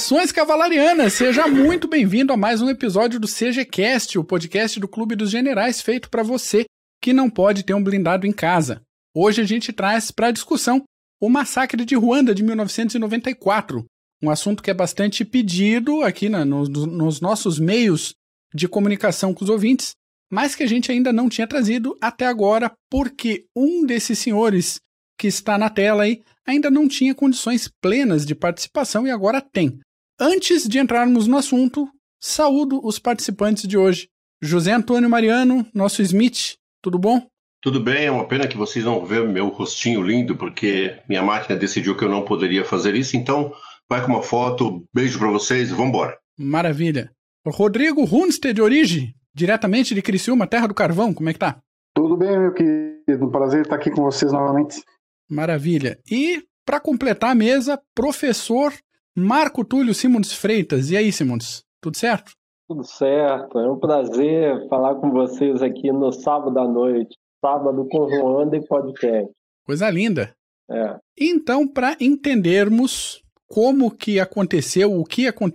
Saudações cavalarianas! Seja muito bem-vindo a mais um episódio do CGCast, o podcast do Clube dos Generais, feito para você que não pode ter um blindado em casa. Hoje a gente traz para discussão o massacre de Ruanda de 1994, um assunto que é bastante pedido aqui nos nossos meios de comunicação com os ouvintes, mas que a gente ainda não tinha trazido até agora, porque um desses senhores que está na tela aí ainda não tinha condições plenas de participação e agora tem. Antes de entrarmos no assunto, saúdo os participantes de hoje. José Antônio Mariano, nosso Smith, tudo bom? Tudo bem, é uma pena que vocês não vejam meu rostinho lindo, porque minha máquina decidiu que eu não poderia fazer isso, então vai com uma foto, beijo para vocês e vambora. Maravilha. Rodrigo Runstedt, Origi, diretamente de Criciúma, Terra do Carvão, como é que tá? Tudo bem, meu querido, prazer estar aqui com vocês novamente. Maravilha. E, para completar a mesa, professor Marco Túlio Simões Freitas. E aí, Simões, tudo certo? Tudo certo. É um prazer falar com vocês aqui no sábado à noite. Sábado com Ruanda e podcast. Coisa linda. É. Então, para entendermos como que aconteceu, o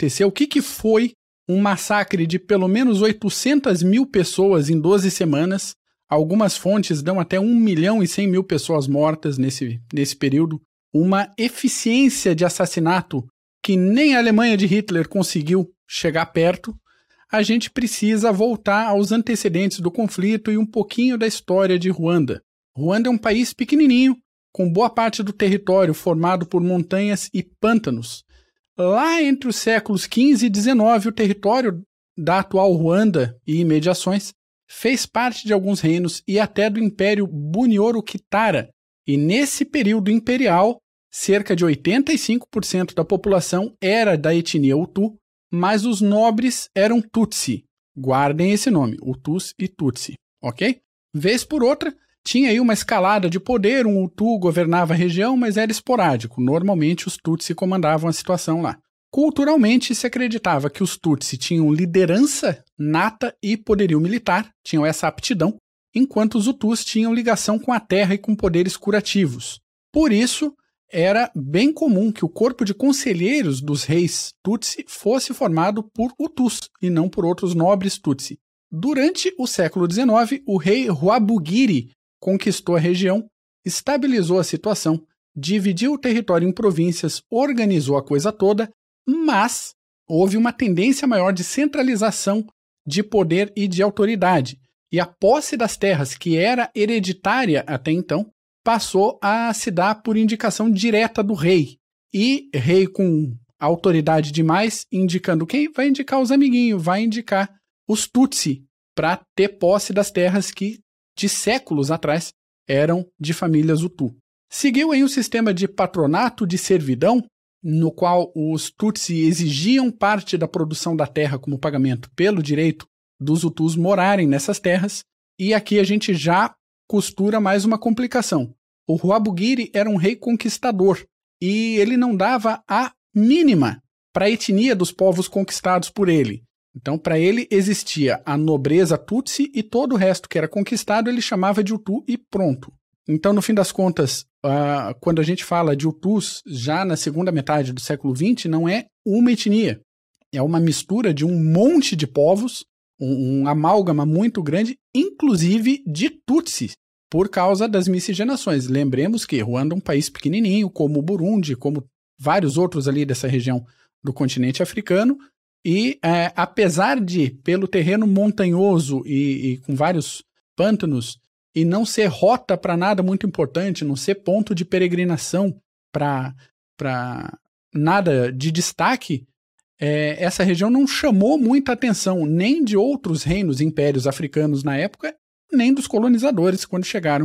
que foi um massacre de pelo menos 800 mil pessoas em 12 semanas, algumas fontes dão até 1.100.000 pessoas mortas nesse período, uma eficiência de assassinato que nem a Alemanha de Hitler conseguiu chegar perto, a gente precisa voltar aos antecedentes do conflito e um pouquinho da história de Ruanda. Ruanda é um país pequenininho, com boa parte do território formado por montanhas e pântanos. Lá entre os séculos XV e XIX, o território da atual Ruanda e imediações fez parte de alguns reinos e até do Império Bunyoro-Kitara. E nesse período imperial, cerca de 85% da população era da etnia Hutu, mas os nobres eram Tutsi. Guardem esse nome, Hutus e Tutsi, ok? Vez por outra, tinha aí uma escalada de poder, um Hutu governava a região, mas era esporádico. Normalmente os Tutsi comandavam a situação lá. Culturalmente, se acreditava que os Tutsi tinham liderança nata e poderio militar, tinham essa aptidão, enquanto os Hutus tinham ligação com a terra e com poderes curativos. Por isso, era bem comum que o corpo de conselheiros dos reis Tutsi fosse formado por Hutus e não por outros nobres Tutsi. Durante o século XIX, o rei Rwabugiri conquistou a região, estabilizou a situação, dividiu o território em províncias, organizou a coisa toda, mas houve uma tendência maior de centralização de poder e de autoridade. E a posse das terras, que era hereditária até então, passou a se dar por indicação direta do rei. E rei com autoridade demais, indicando quem? Vai indicar os amiguinhos, vai indicar os Tutsi, para ter posse das terras que, de séculos atrás, eram de famílias Hutu. Seguiu aí um sistema de patronato de servidão, no qual os Tutsi exigiam parte da produção da terra como pagamento pelo direito dos Hutus morarem nessas terras, e aqui a gente já costura mais uma complicação. O Rwabugiri era um rei conquistador, e ele não dava a mínima para a etnia dos povos conquistados por ele. Então, para ele existia a nobreza Tutsi e todo o resto que era conquistado ele chamava de Hutu e pronto. Então, no fim das contas, quando a gente fala de Hutus, já na segunda metade do século XX, não é uma etnia. É uma mistura de um monte de povos, um amálgama muito grande, inclusive de Tutsis, por causa das miscigenações. Lembremos que Ruanda é um país pequenininho, como o Burundi, como vários outros ali dessa região do continente africano, e apesar de, pelo terreno montanhoso e com vários pântanos, e não ser rota para nada muito importante, não ser ponto de peregrinação para nada de destaque, essa região não chamou muita atenção nem de outros reinos e impérios africanos na época, nem dos colonizadores quando chegaram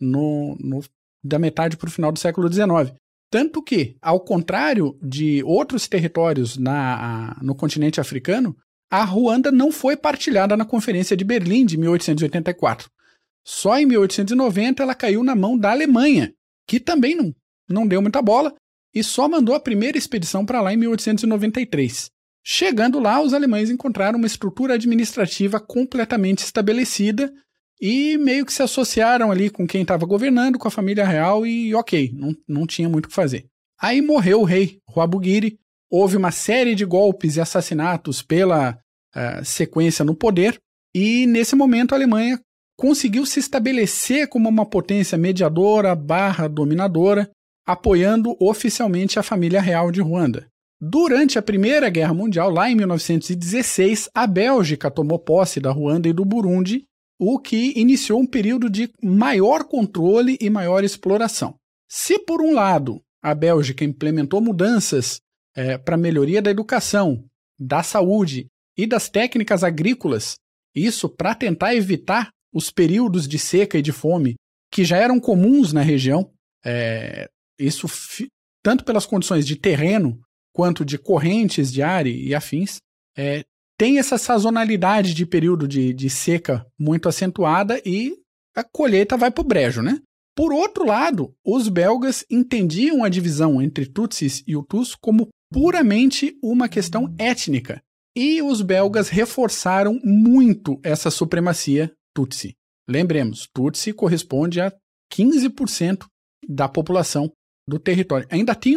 da metade para o final do século XIX. Tanto que, ao contrário de outros territórios no continente africano, a Ruanda não foi partilhada na Conferência de Berlim de 1884. Só em 1890 ela caiu na mão da Alemanha, que também não deu muita bola, e só mandou a primeira expedição para lá em 1893. Chegando lá, os alemães encontraram uma estrutura administrativa completamente estabelecida e meio que se associaram ali com quem estava governando, com a família real, e ok, não tinha muito o que fazer. Aí morreu o rei Rwabugiri, houve uma série de golpes e assassinatos pela sequência no poder, e nesse momento a Alemanha conseguiu se estabelecer como uma potência mediadora / dominadora, apoiando oficialmente a família real de Ruanda. Durante a Primeira Guerra Mundial, lá em 1916, a Bélgica tomou posse da Ruanda e do Burundi, o que iniciou um período de maior controle e maior exploração. Se, por um lado, a Bélgica implementou mudanças para a melhoria da educação, da saúde e das técnicas agrícolas, isso para tentar evitar os períodos de seca e de fome que já eram comuns na região, isso tanto pelas condições de terreno quanto de correntes de ar e afins, tem essa sazonalidade de período de seca muito acentuada e a colheita vai para o brejo, né? Por outro lado, os belgas entendiam a divisão entre Tutsis e Hutus como puramente uma questão étnica, e os belgas reforçaram muito essa supremacia Tutsi. Lembremos, Tutsi corresponde a 15% da população do território. Ainda tinha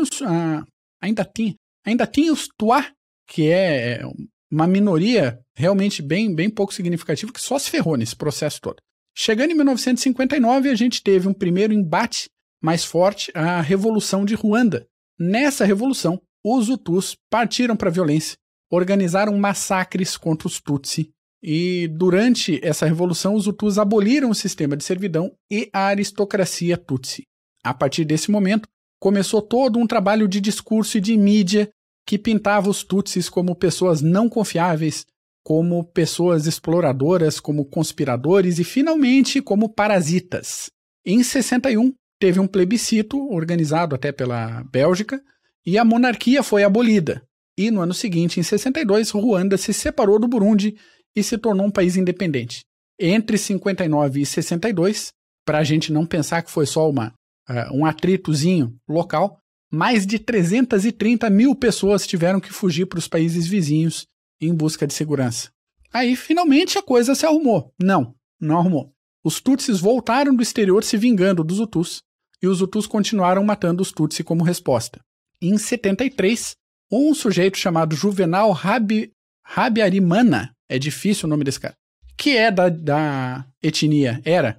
os Tuá, que é uma minoria realmente bem pouco significativa, que só se ferrou nesse processo todo. Chegando em 1959, a gente teve um primeiro embate mais forte, a Revolução de Ruanda. Nessa revolução, os Hutus partiram para a violência, organizaram massacres contra os Tutsi, e durante essa revolução os Hutus aboliram o sistema de servidão e a aristocracia Tutsi. A partir desse momento, começou todo um trabalho de discurso e de mídia que pintava os Tutsis como pessoas não confiáveis, como pessoas exploradoras, como conspiradores e, finalmente, como parasitas. Em 61, teve um plebiscito, organizado até pela Bélgica, e a monarquia foi abolida. E no ano seguinte, em 62, Ruanda se separou do Burundi e se tornou um país independente. Entre 59 e 62, para a gente não pensar que foi só um atritozinho local, mais de 330 mil pessoas tiveram que fugir para os países vizinhos em busca de segurança. Aí, finalmente, a coisa se arrumou. Não arrumou. Os Tutsis voltaram do exterior se vingando dos Hutus, e os Hutus continuaram matando os Tutsi como resposta. Em 73, um sujeito chamado Juvenal Habyarimana, é difícil o nome desse cara, que é da etnia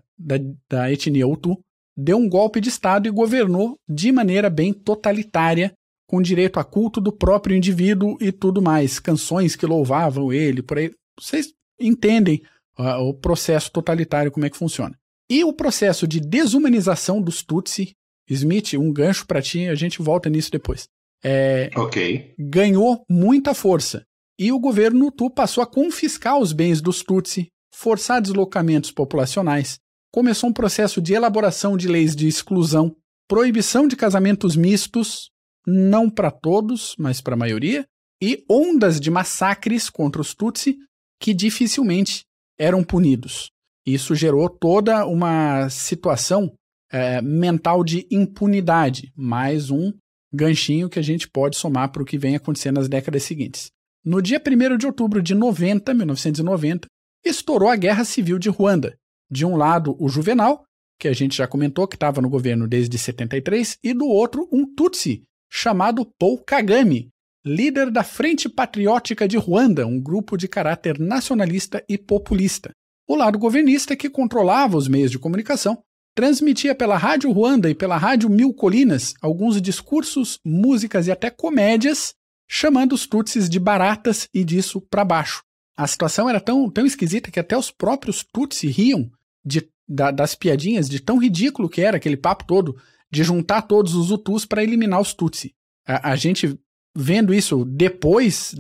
Hutu, deu um golpe de Estado e governou de maneira bem totalitária, com direito a culto do próprio indivíduo e tudo mais, canções que louvavam ele, por aí. Vocês entendem o processo totalitário, como é que funciona. E o processo de desumanização dos Tutsi, Smith, um gancho para ti, a gente volta nisso depois. Ganhou muita força. E o governo Hutu passou a confiscar os bens dos Tutsi, forçar deslocamentos populacionais, começou um processo de elaboração de leis de exclusão, proibição de casamentos mistos, não para todos, mas para a maioria, e ondas de massacres contra os Tutsi que dificilmente eram punidos. Isso gerou toda uma situação mental de impunidade, mais um ganchinho que a gente pode somar para o que vem acontecendo nas décadas seguintes. No dia 1º de outubro de 1990, estourou a Guerra Civil de Ruanda. De um lado, o Juvenal, que a gente já comentou que estava no governo desde 73, e do outro, um Tutsi, chamado Paul Kagame, líder da Frente Patriótica de Ruanda, um grupo de caráter nacionalista e populista. O lado governista, que controlava os meios de comunicação, transmitia pela Rádio Ruanda e pela Rádio Mil Colinas alguns discursos, músicas e até comédias, chamando os Tutsis de baratas e disso para baixo. A situação era tão esquisita que até os próprios Tutsi riam das piadinhas, de tão ridículo que era aquele papo todo de juntar todos os Hutus para eliminar os Tutsi. A gente vendo isso depois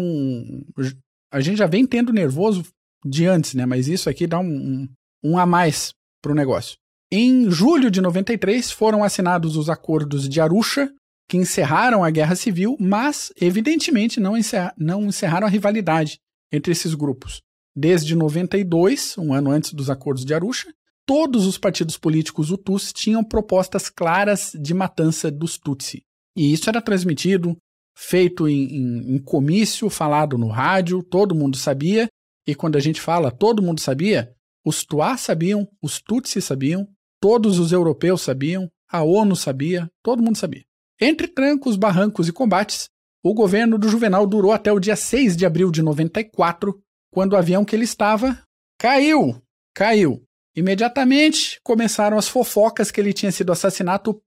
a gente já vem tendo nervoso de antes, né? Mas isso aqui dá um a mais para o negócio. Em julho de 93 foram assinados os acordos de Arusha, que encerraram a Guerra Civil, mas evidentemente não encerraram a rivalidade entre esses grupos. Desde 92, um ano antes dos acordos de Arusha, todos os partidos políticos Hutus tinham propostas claras de matança dos Tutsi. E isso era transmitido, feito em comício, falado no rádio, todo mundo sabia. E quando a gente fala todo mundo sabia, os Tuá sabiam, os Tutsi sabiam, todos os europeus sabiam, a ONU sabia, todo mundo sabia. Entre trancos, barrancos e combates, O governo do Juvenal durou até o dia 6 de abril de 94, quando o avião que ele estava caiu. Imediatamente começaram as fofocas que ele tinha sido assassinado,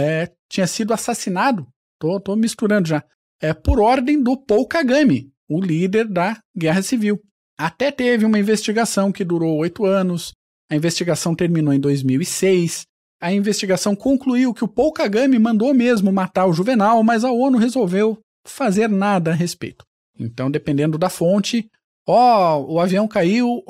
tô misturando já, por ordem do Paul Kagame, o líder da Guerra Civil. Até teve uma investigação que durou 8 anos, a investigação terminou em 2006, a investigação concluiu que o Paul Kagame mandou mesmo matar o Juvenal, mas a ONU resolveu fazer nada a respeito. Então, dependendo da fonte, o avião caiu,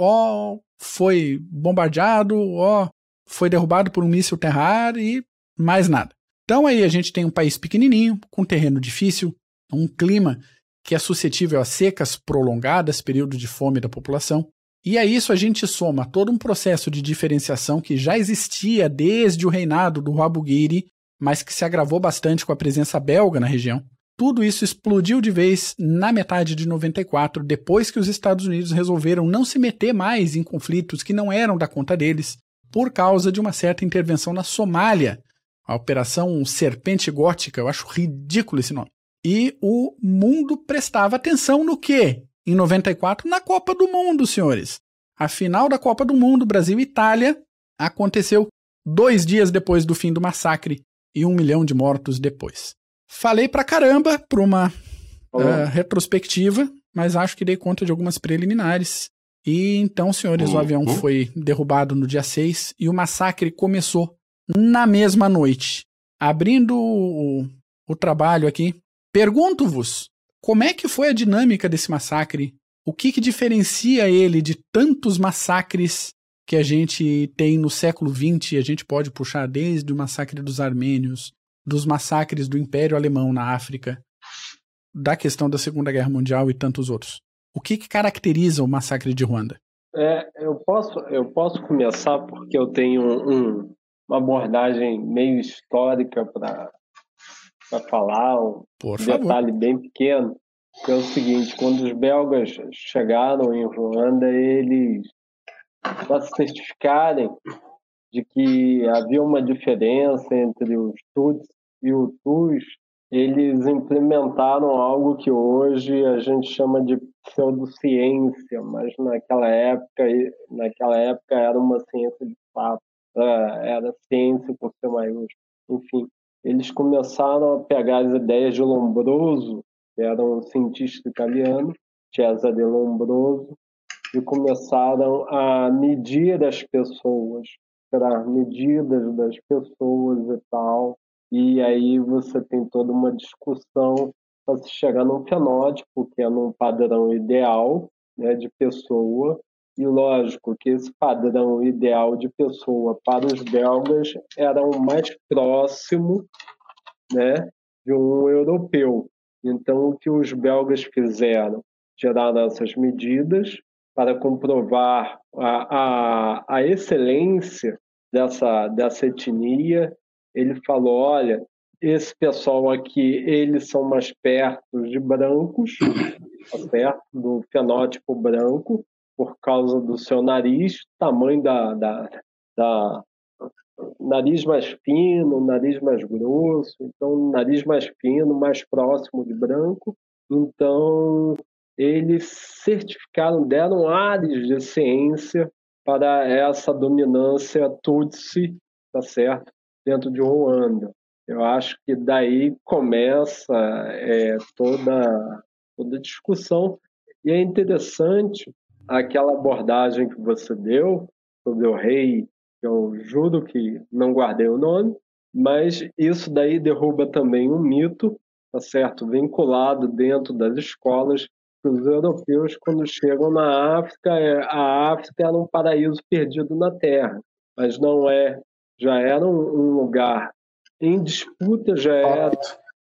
foi bombardeado, foi derrubado por um míssil terra-ar e mais nada. Então aí a gente tem um país pequenininho, com terreno difícil, um clima que é suscetível a secas prolongadas, períodos de fome da população. E a isso a gente soma todo um processo de diferenciação que já existia desde o reinado do Rwabugiri, mas que se agravou bastante com a presença belga na região. Tudo isso explodiu de vez na metade de 94, depois que os Estados Unidos resolveram não se meter mais em conflitos que não eram da conta deles, por causa de uma certa intervenção na Somália, a Operação Serpente Gótica. Eu acho ridículo esse nome. E o mundo prestava atenção no quê? Em 94, na Copa do Mundo, senhores. A final da Copa do Mundo, Brasil e Itália, aconteceu 2 dias depois do fim do massacre e 1 milhão de mortos depois. Falei pra caramba para uma retrospectiva, mas acho que dei conta de algumas preliminares. E então, senhores, o avião foi derrubado no dia 6 e o massacre começou na mesma noite. Abrindo o trabalho aqui, pergunto-vos, como é que foi a dinâmica desse massacre? O que diferencia ele de tantos massacres que a gente tem no século XX? A gente pode puxar desde o massacre dos armênios, dos massacres do Império Alemão na África, da questão da Segunda Guerra Mundial e tantos outros. O que caracteriza o massacre de Ruanda? Eu posso começar porque eu tenho uma abordagem meio histórica para falar, detalhe bem pequeno, que é o seguinte: quando os belgas chegaram em Ruanda, eles, para se certificarem de que havia uma diferença entre os Tutsis e os Hutus, eles implementaram algo que hoje a gente chama de pseudociência, mas naquela época era uma ciência de fato, era ciência com C maiúsculo. Enfim, eles começaram a pegar as ideias de Lombroso, que era um cientista italiano, Cesare Lombroso, e começaram a medir as pessoas, tirar medidas das pessoas e tal. E aí você tem toda uma discussão para se chegar num fenótipo, que é num padrão ideal, né, de pessoa. E lógico que esse padrão ideal de pessoa para os belgas era o mais próximo, né, de um europeu. Então, o que os belgas fizeram? Tiraram essas medidas para comprovar a excelência dessa etnia. Ele falou: olha, esse pessoal aqui, eles são mais perto de brancos, tá certo? Do fenótipo branco, por causa do seu nariz, tamanho da nariz mais fino, nariz mais grosso, então nariz mais fino, mais próximo de branco. Então, eles certificaram, deram ares de ciência para essa dominância Tutsi, tá certo? Dentro de Ruanda. Eu acho que daí começa toda a discussão. E é interessante aquela abordagem que você deu sobre o rei, que eu juro que não guardei o nome, mas isso daí derruba também um mito, tá certo? Vinculado dentro das escolas, que os europeus, quando chegam na África, a África era um paraíso perdido na Terra, mas não é. Já era um lugar em disputa, já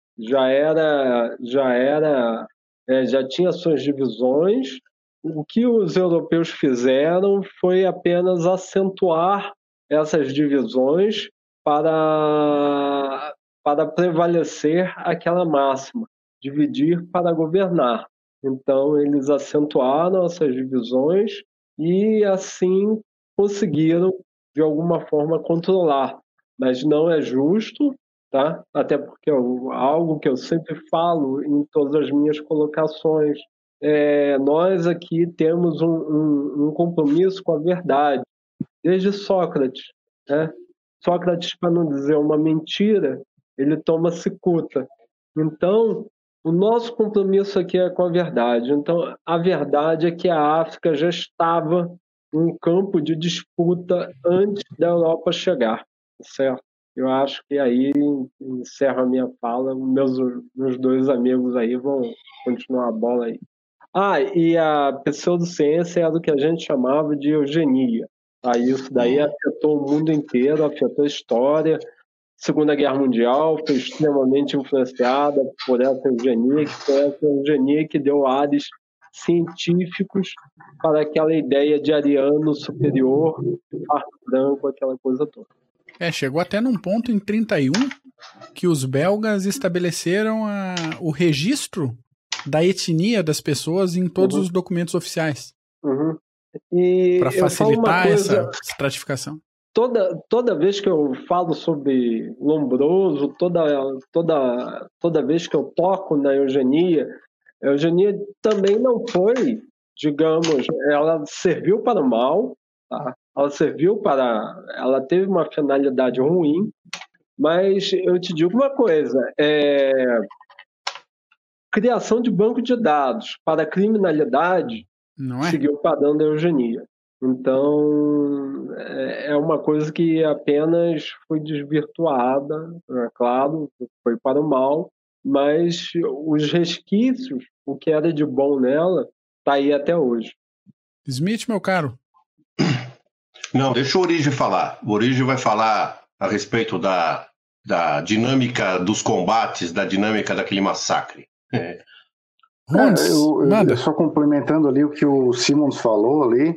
tinha suas divisões. O que os europeus fizeram foi apenas acentuar essas divisões para prevalecer aquela máxima, dividir para governar. Então, eles acentuaram essas divisões e, assim, conseguiram de alguma forma controlar, mas não é justo tá? Até porque algo que eu sempre falo em todas as minhas colocações, nós aqui temos um compromisso com a verdade, desde Sócrates, né? Sócrates, para não dizer uma mentira, ele toma cicuta. Então, o nosso compromisso aqui é com a verdade. Então, a verdade é que a África já estava um campo de disputa antes da Europa chegar, certo? Eu acho que aí encerro a minha fala. Meus dois amigos aí vão continuar a bola aí. E a pseudociência é do que a gente chamava de eugenia. Isso daí afetou o mundo inteiro, afetou a história. Segunda Guerra Mundial foi extremamente influenciada por essa eugenia, que foi essa eugenia que deu ares científicos para aquela ideia de ariano superior, parto branco, aquela coisa toda. Chegou até num ponto em 31 que os belgas estabeleceram o registro da etnia das pessoas em todos os documentos oficiais. Para facilitar essa estratificação. Toda vez que eu falo sobre Lombroso, toda vez que eu toco na eugenia, a eugenia também não foi, digamos, ela serviu para o mal, tá? Ela teve uma finalidade ruim, mas eu te digo uma coisa, criação de banco de dados para criminalidade seguiu o padrão da eugenia. Então, é uma coisa que apenas foi desvirtuada, claro, foi para o mal, mas os resquícios, o que era de bom nela, está aí até hoje. Smith, meu caro. Não, deixa o Origi falar. O Origi vai falar a respeito da dinâmica dos combates, da dinâmica daquele massacre. Eu só complementando ali o que o Simons falou ali,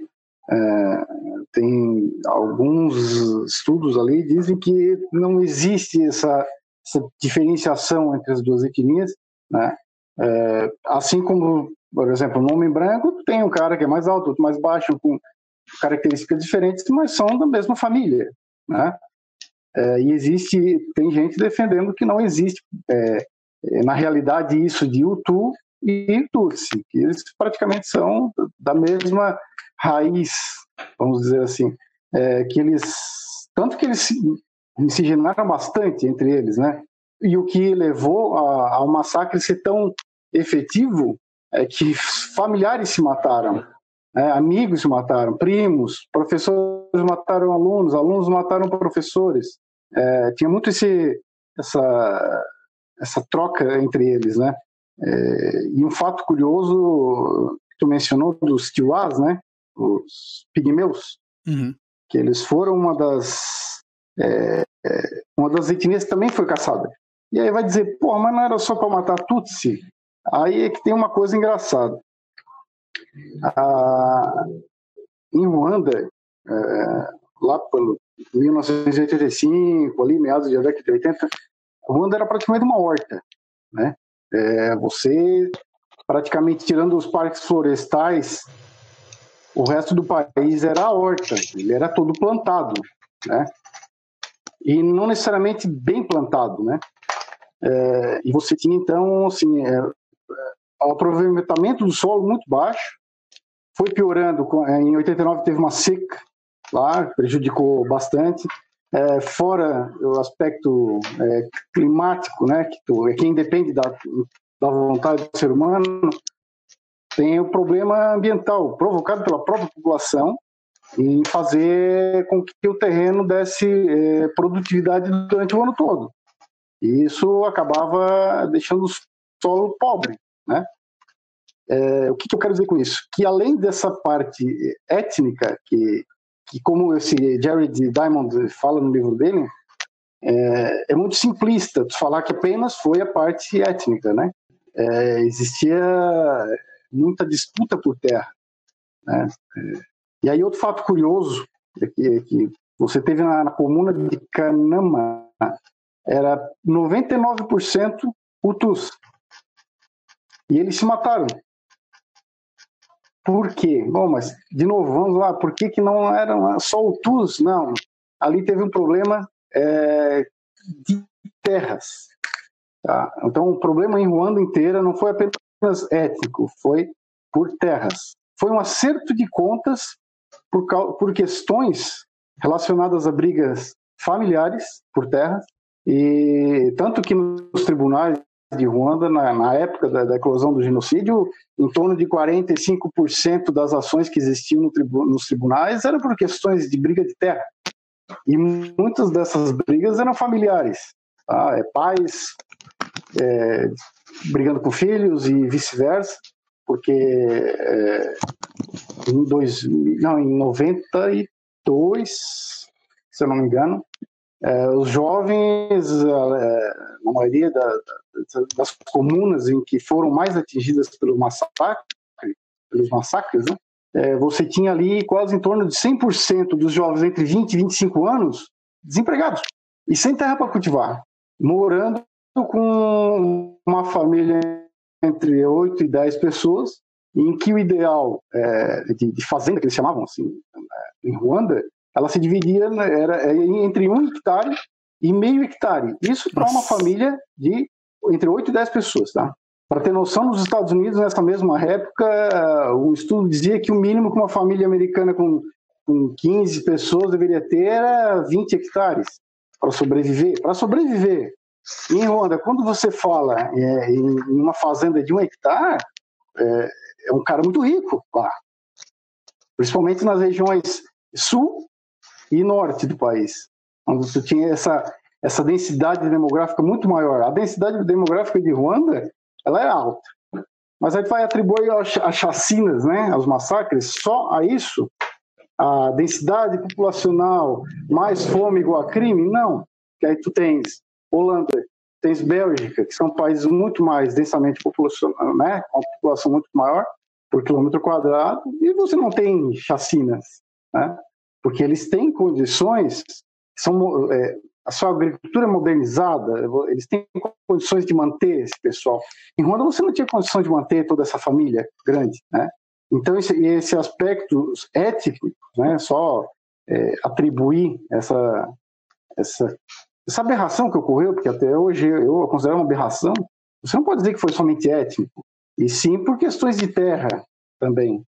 tem alguns estudos ali que dizem que não existe essa diferenciação entre as duas etnias, né? Assim como, por exemplo, no homem branco tem um cara que é mais alto, outro mais baixo, com características diferentes, mas são da mesma família, né? E tem gente defendendo que não existe, na realidade, isso de Hutu e Tutsi, que eles praticamente são da mesma raiz, vamos dizer assim, tanto que eles se miscigenaram bastante entre eles, né? E o que levou ao massacre ser tão efetivo é que familiares se mataram, amigos se mataram, primos, professores mataram alunos, alunos mataram professores. Tinha muito essa troca entre eles, né? E um fato curioso que tu mencionou dos Tiwás, né? Os pigmeus, que eles foram uma das etnias que também foi caçada. E aí vai dizer, mas não era só para matar Tutsi? Aí é que tem uma coisa engraçada. Em Ruanda, lá pelo 1985, ali meados da década de 80, Ruanda era praticamente uma horta, né? Você, praticamente tirando os parques florestais, o resto do país era a horta, ele era todo plantado, né? E não necessariamente bem plantado, né? E você tinha, então, assim, o aproveitamento do solo muito baixo, foi piorando, em 89 teve uma seca lá, prejudicou bastante, fora o aspecto climático, né, que independe da vontade do ser humano, tem o problema ambiental provocado pela própria população em fazer com que o terreno desse produtividade durante o ano todo. E isso acabava deixando o solo pobre, né? O que eu quero dizer com isso? Que além dessa parte étnica, que como esse Jared Diamond fala no livro dele, é muito simplista falar que apenas foi a parte étnica, né? Existia muita disputa por terra, né? E aí outro fato curioso é que você teve na comuna de Canama, era 99% Hutus, e eles se mataram. Por quê? Bom, mas, de novo, vamos lá, por que não eram só Hutus? Não, ali teve um problema de terras. Tá? Então, o problema em Ruanda inteira não foi apenas étnico, foi por terras. Foi um acerto de contas por questões relacionadas a brigas familiares por terras, e tanto que nos tribunais de Ruanda, na época da eclosão do genocídio, em torno de 45% das ações que existiam nos tribunais eram por questões de briga de terra. E muitas dessas brigas eram familiares. Tá? Pais brigando com filhos e vice-versa, porque em 92, se eu não me engano, os jovens, na maioria das comunas em que foram mais atingidas pelos massacres, né, você tinha ali quase em torno de 100% dos jovens entre 20 e 25 anos desempregados e sem terra para cultivar, morando com uma família entre 8 e 10 pessoas, em que o ideal de fazenda, que eles chamavam assim, em Ruanda, ela se dividia entre 1 hectare e meio hectare. Isso para uma família de entre 8 e 10 pessoas. Tá? Para ter noção, nos Estados Unidos, nessa mesma época, um estudo dizia que o mínimo que uma família americana com 15 pessoas deveria ter era 20 hectares para sobreviver. Para sobreviver em Ruanda, quando você fala em uma fazenda de 1 hectare, é um cara muito rico lá. Principalmente nas regiões sul e norte do país, onde você tinha essa densidade demográfica muito maior. A densidade demográfica de Ruanda, ela é alta. Mas aí vai atribuir as chacinas, né, aos massacres, só a isso? A densidade populacional mais fome igual a crime? Não. Que aí tu tens Holanda, tens Bélgica, que são países muito mais densamente populacional, né, com uma população muito maior por quilômetro quadrado, e você não tem chacinas, né? Porque eles têm condições, a sua agricultura é modernizada, eles têm condições de manter esse pessoal. Em Ruanda você não tinha condição de manter toda essa família grande, né? Então esse aspecto étnico, né, só atribuir essa aberração que ocorreu, porque até hoje eu considero uma aberração, você não pode dizer que foi somente étnico, e sim por questões de terra também.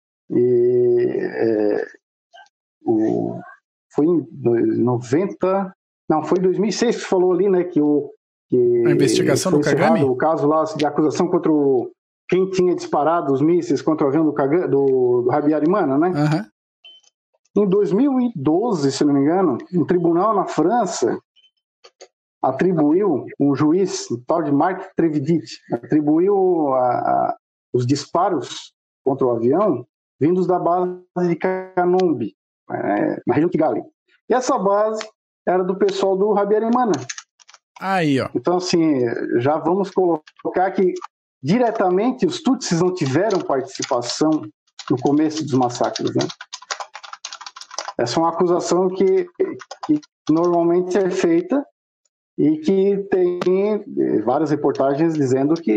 Foi em 90, não, foi em 2006 que você falou ali, né, que a investigação do Kagame, o caso lá de acusação contra quem tinha disparado os mísseis contra o avião do Habyarimana, né? Em 2012, se não me engano, um tribunal na França atribuiu, um juiz, o tal de Marc Trevidit, atribuiu os disparos contra o avião vindos da base de Kanombe, na região de Kigali. E essa base era do pessoal do Habyarimana. Aí, ó. Então, assim, já vamos colocar que diretamente os Tutsis não tiveram participação no começo dos massacres, né? Essa é uma acusação que normalmente é feita e que tem várias reportagens dizendo que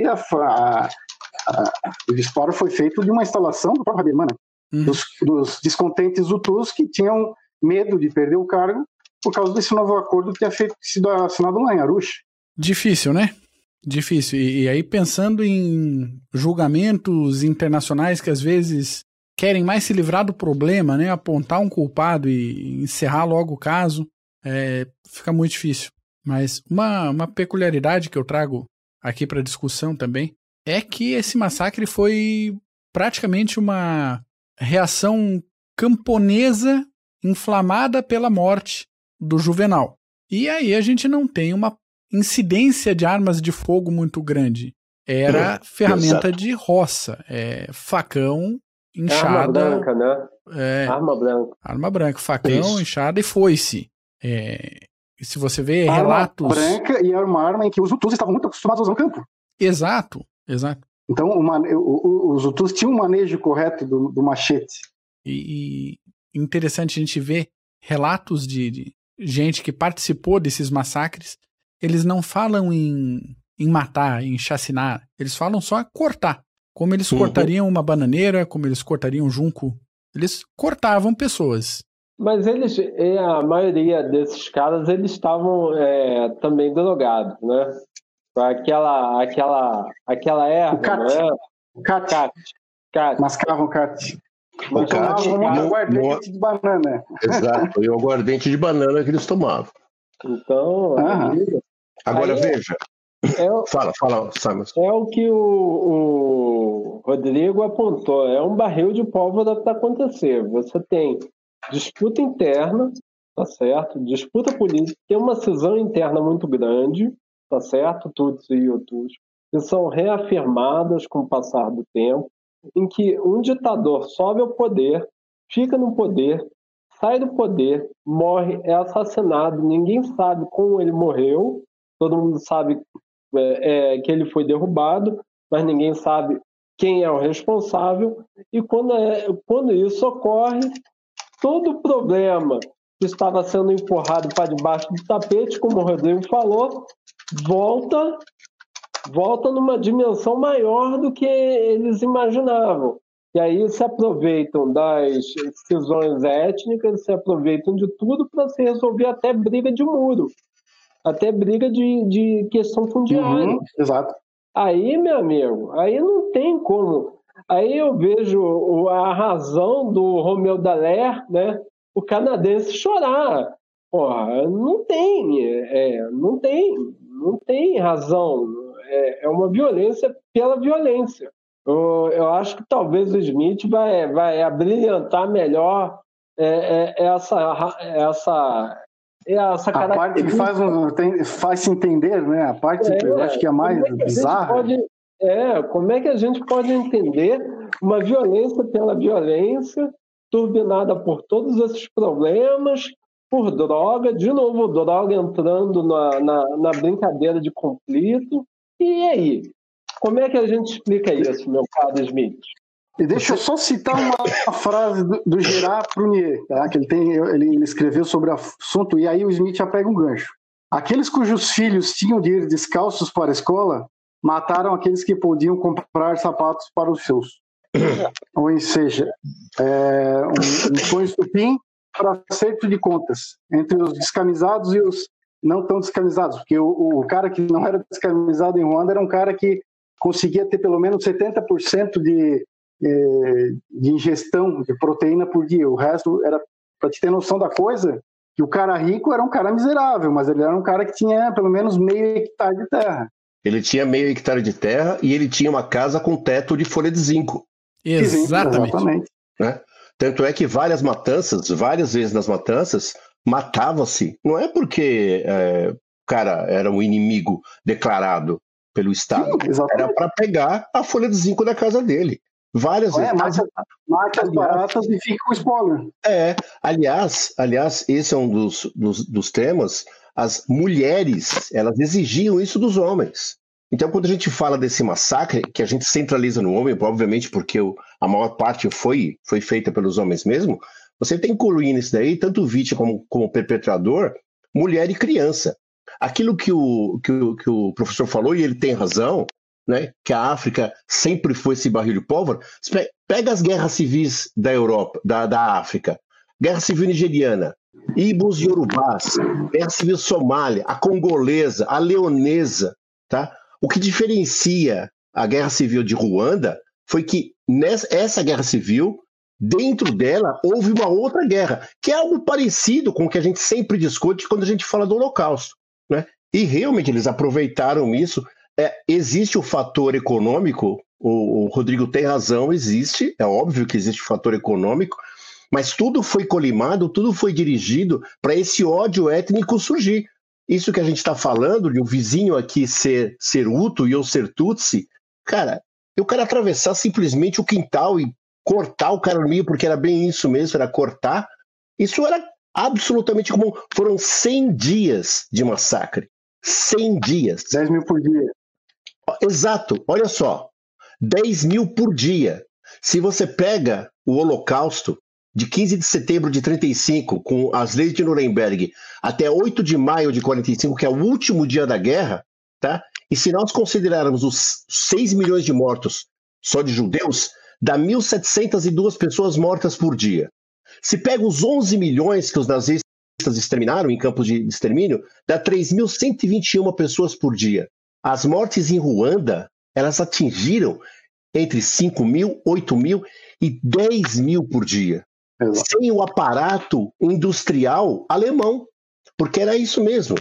o disparo foi feito de uma instalação do próprio Habyarimana, dos descontentes Hutus que tinham medo de perder o cargo por causa desse novo acordo que tinha sido assinado lá em Arusha. Difícil, né? Difícil. E aí pensando em julgamentos internacionais que às vezes querem mais se livrar do problema, né? Apontar um culpado e encerrar logo o caso, fica muito difícil. Mas uma peculiaridade que eu trago aqui para discussão também é que esse massacre foi praticamente uma reação camponesa inflamada pela morte do Juvenal. E aí a gente não tem uma incidência de armas de fogo muito grande. Era ferramenta de roça, facão, enxada... Arma branca, né? Arma branca. Arma branca, facão, enxada e foice. Se você vê relatos... Arma branca e era uma arma em que os Hutus estavam muito acostumados a usar no campo. Exato. Então os Hutus tinham um manejo correto do machete. E interessante a gente ver relatos de gente que participou desses massacres. Eles não falam em matar, em chacinar. Eles falam só cortar. Como eles cortariam uma bananeira, como eles cortariam junco. Eles cortavam pessoas. Mas a maioria desses caras, eles estavam também drogados, né? Aquela erva, não é? O cat. Mascavam cat. O cat tomavam muito aguardente de banana. Exato, e o aguardente de banana que eles tomavam. Então, agora veja. Fala, Simon. É o que o Rodrigo apontou. É um barril de pólvora para acontecer. Você tem disputa interna, tá certo? Disputa política, tem uma cisão interna muito grande, tá certo? Tutsi e Hutus, que são reafirmadas com o passar do tempo, em que um ditador sobe ao poder, fica no poder, sai do poder, morre, é assassinado, ninguém sabe como ele morreu, todo mundo sabe que ele foi derrubado, mas ninguém sabe quem é o responsável, e quando isso ocorre, todo o problema que estava sendo empurrado para debaixo do tapete, como o Rodrigo falou, volta numa dimensão maior do que eles imaginavam. E aí se aproveitam das cisões étnicas, se aproveitam de tudo para se resolver até briga de muro, até briga de questão fundiária. Exato. Aí, meu amigo, aí não tem como. Aí eu vejo a razão do Romeu Dallaire, né, o canadense chorar. Porra, não tem razão. É uma violência pela violência. Eu acho que talvez o Smith vai abrilhantar melhor essa a parte que faz se entender, né? A parte que eu acho que é mais bizarra. Como é que a gente pode entender uma violência pela violência, turbinada por todos esses problemas, por droga, de novo droga entrando na brincadeira de conflito. E aí? Como é que a gente explica isso, meu caro Smith? E deixa eu só citar uma frase do Gerard Prunier, tá? Que ele escreveu sobre o assunto, e aí o Smith já pega um gancho. Aqueles cujos filhos tinham de ir descalços para a escola mataram aqueles que podiam comprar sapatos para os seus. Ou seja, um estupim para acerto de contas entre os descamisados e os não tão descamisados, porque o cara que não era descamisado em Ruanda era um cara que conseguia ter pelo menos 70% de ingestão de proteína por dia. O resto era, para te ter noção da coisa, que o cara rico era um cara miserável, mas ele era um cara que tinha pelo menos meio hectare de terra. Ele tinha meio hectare de terra e ele tinha uma casa com teto de folha de zinco. Exatamente. Né? Tanto é que várias vezes nas matanças, matava-se. Não é porque o cara era um inimigo declarado pelo Estado. Sim, era para pegar a folha de zinco da casa dele. Várias vezes. Mata as baratas e fica com spoiler. Aliás, esse é um dos temas. As mulheres, elas exigiam isso dos homens. Então, quando a gente fala desse massacre, que a gente centraliza no homem, obviamente porque a maior parte foi feita pelos homens mesmo, você tem que incluir nisso daí, tanto vítima como perpetrador, mulher e criança. Aquilo que o professor falou, e ele tem razão, né, que a África sempre foi esse barril de pólvora. Pega as guerras civis da Europa, da África, guerra civil nigeriana, Ibos e Yorubás, guerra civil somália, a congolesa, a leonesa, tá? O que diferencia a guerra civil de Ruanda foi que essa guerra civil, dentro dela, houve uma outra guerra, que é algo parecido com o que a gente sempre discute quando a gente fala do Holocausto, né? E realmente eles aproveitaram isso. Existe o fator econômico, o Rodrigo tem razão, existe, é óbvio que existe o fator econômico, mas tudo foi colimado, tudo foi dirigido para esse ódio étnico surgir. Isso que a gente está falando, de um vizinho aqui ser Hutu e eu ser Tutsi, cara, eu quero atravessar simplesmente o quintal e cortar o cara no meio, porque era bem isso mesmo, era cortar. Isso era absolutamente comum. Foram 100 dias de massacre. 100 dias. 10 mil por dia. Exato, olha só. 10 mil por dia. Se você pega o Holocausto, de 15 de setembro de 35, com as leis de Nuremberg, até 8 de maio de 45, que é o último dia da guerra, tá? E se nós considerarmos os 6 milhões de mortos só de judeus, dá 1.702 pessoas mortas por dia. Se pega os 11 milhões que os nazistas exterminaram em campos de extermínio, dá 3.121 pessoas por dia. As mortes em Ruanda, elas atingiram entre 5 mil, 8 mil e 10 mil por dia. Exato. Sem o aparato industrial alemão. Porque era isso mesmo.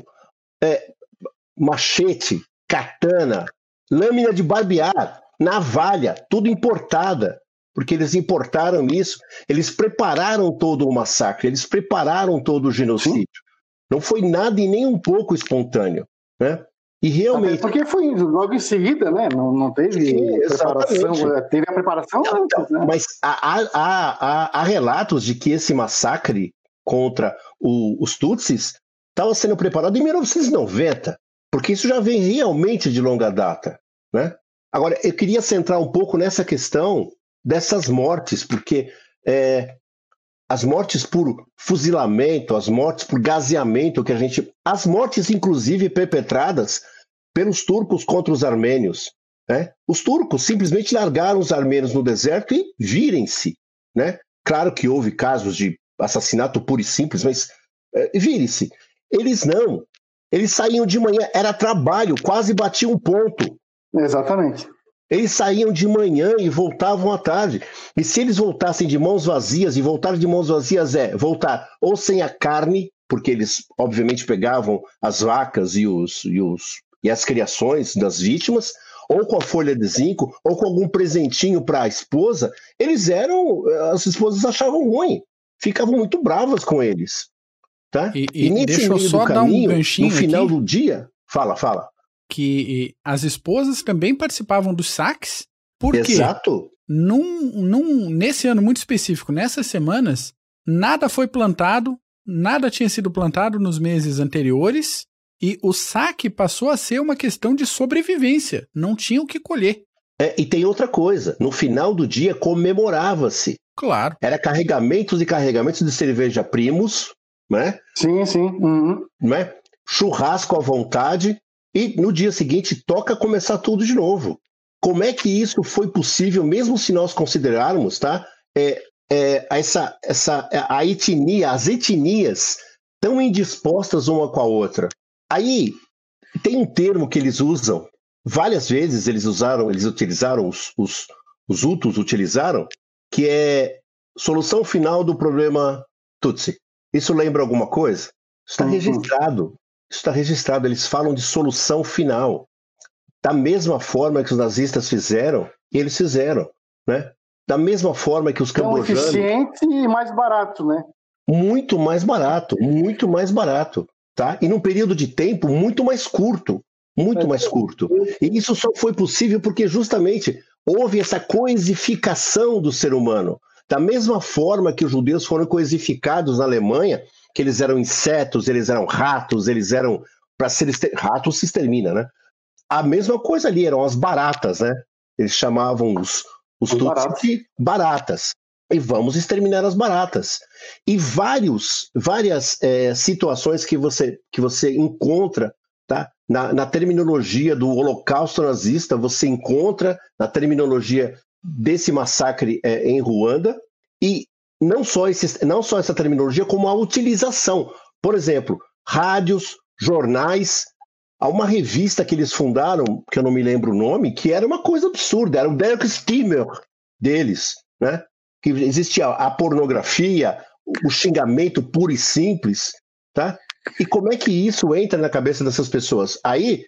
Machete, katana, lâmina de barbear, navalha, tudo importada. Porque eles importaram isso, eles prepararam todo o massacre, eles prepararam todo o genocídio. Não foi nada e nem um pouco espontâneo, né? E realmente... Porque foi logo em seguida, né? Não teve preparação, teve a preparação antes, né? Mas há relatos de que esse massacre contra os Tutsis estava sendo preparado em 1990, porque isso já vem realmente de longa data, né? Agora, eu queria centrar um pouco nessa questão dessas mortes, porque as mortes por fuzilamento, as mortes por gaseamento, as mortes inclusive perpetradas pelos turcos contra os armênios, né? Os turcos simplesmente largaram os armênios no deserto e virem-se, né? Claro que houve casos de assassinato puro e simples, mas virem-se. Eles não. Eles saíam de manhã, era trabalho, quase batiam um ponto. Exatamente. Eles saíam de manhã e voltavam à tarde. E se eles voltassem de mãos vazias, e voltar de mãos vazias voltar ou sem a carne, porque eles obviamente pegavam as vacas e as criações das vítimas, ou com a folha de zinco, ou com algum presentinho para a esposa, as esposas achavam ruim, ficavam muito bravas com eles. Tá? E deixa eu só dar um ganchinho no final aqui, do dia, fala. Que as esposas também participavam dos saques, porque Exato. Nesse ano muito específico, nessas semanas, nada foi plantado, nada tinha sido plantado nos meses anteriores, e o saque passou a ser uma questão de sobrevivência, não tinha o que colher. E tem outra coisa, no final do dia comemorava-se. Claro. Era carregamentos e carregamentos de cerveja primos, né? Sim. Uhum. Né? Churrasco à vontade, e no dia seguinte toca começar tudo de novo. Como é que isso foi possível, mesmo se nós considerarmos, tá? A etnia, as etnias tão indispostas uma com a outra. Aí tem um termo que eles usam, várias vezes eles utilizaram, os Hutus utilizaram, que é solução final do problema Tutsi. Isso lembra alguma coisa? Está registrado. Isso está registrado. Eles falam de solução final. Da mesma forma que os nazistas fizeram, eles fizeram, né? Da mesma forma que os cambojanos... eficiente e mais barato, né? Muito mais barato, tá? E num período de tempo muito mais curto. E isso só foi possível porque justamente houve essa coisificação do ser humano. Da mesma forma que os judeus foram coisificados na Alemanha, que eles eram insetos, eles eram ratos, ratos se extermina, né? A mesma coisa ali, eram as baratas, né? Eles chamavam os Tutsi de baratas. E vamos exterminar as baratas. E várias situações que você encontra, tá? Na terminologia do Holocausto nazista, você encontra na terminologia desse massacre em Ruanda, e não só essa terminologia, como a utilização. Por exemplo, rádios, jornais, há uma revista que eles fundaram, que eu não me lembro o nome, que era uma coisa absurda, era o Derek Stimmer deles, né? Que existia a pornografia, o xingamento puro e simples, tá? E como é que isso entra na cabeça dessas pessoas? Aí,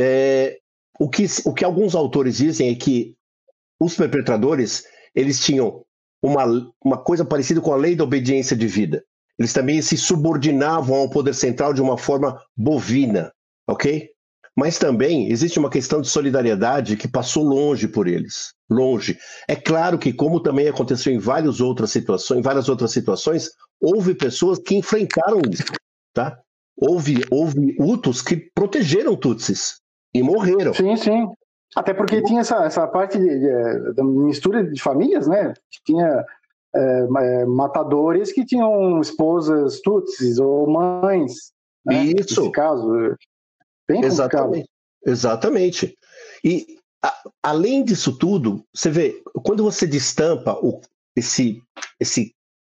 o que alguns autores dizem é que os perpetradores, eles tinham uma coisa parecida com a lei da obediência de vida. Eles também se subordinavam ao poder central de uma forma bovina, ok? Mas também existe uma questão de solidariedade que passou longe por eles. Longe. É claro que, como também aconteceu em várias outras situações, houve pessoas que enfrentaram isso, tá? Houve Hutus que protegeram Tutsis e morreram. Sim. Até porque tinha essa parte da mistura de famílias, né? Tinha matadores que tinham esposas Tutsis ou mães. Né? Isso. Nesse caso, bem complicado. Exatamente. E além disso tudo, você vê, quando você destampa esse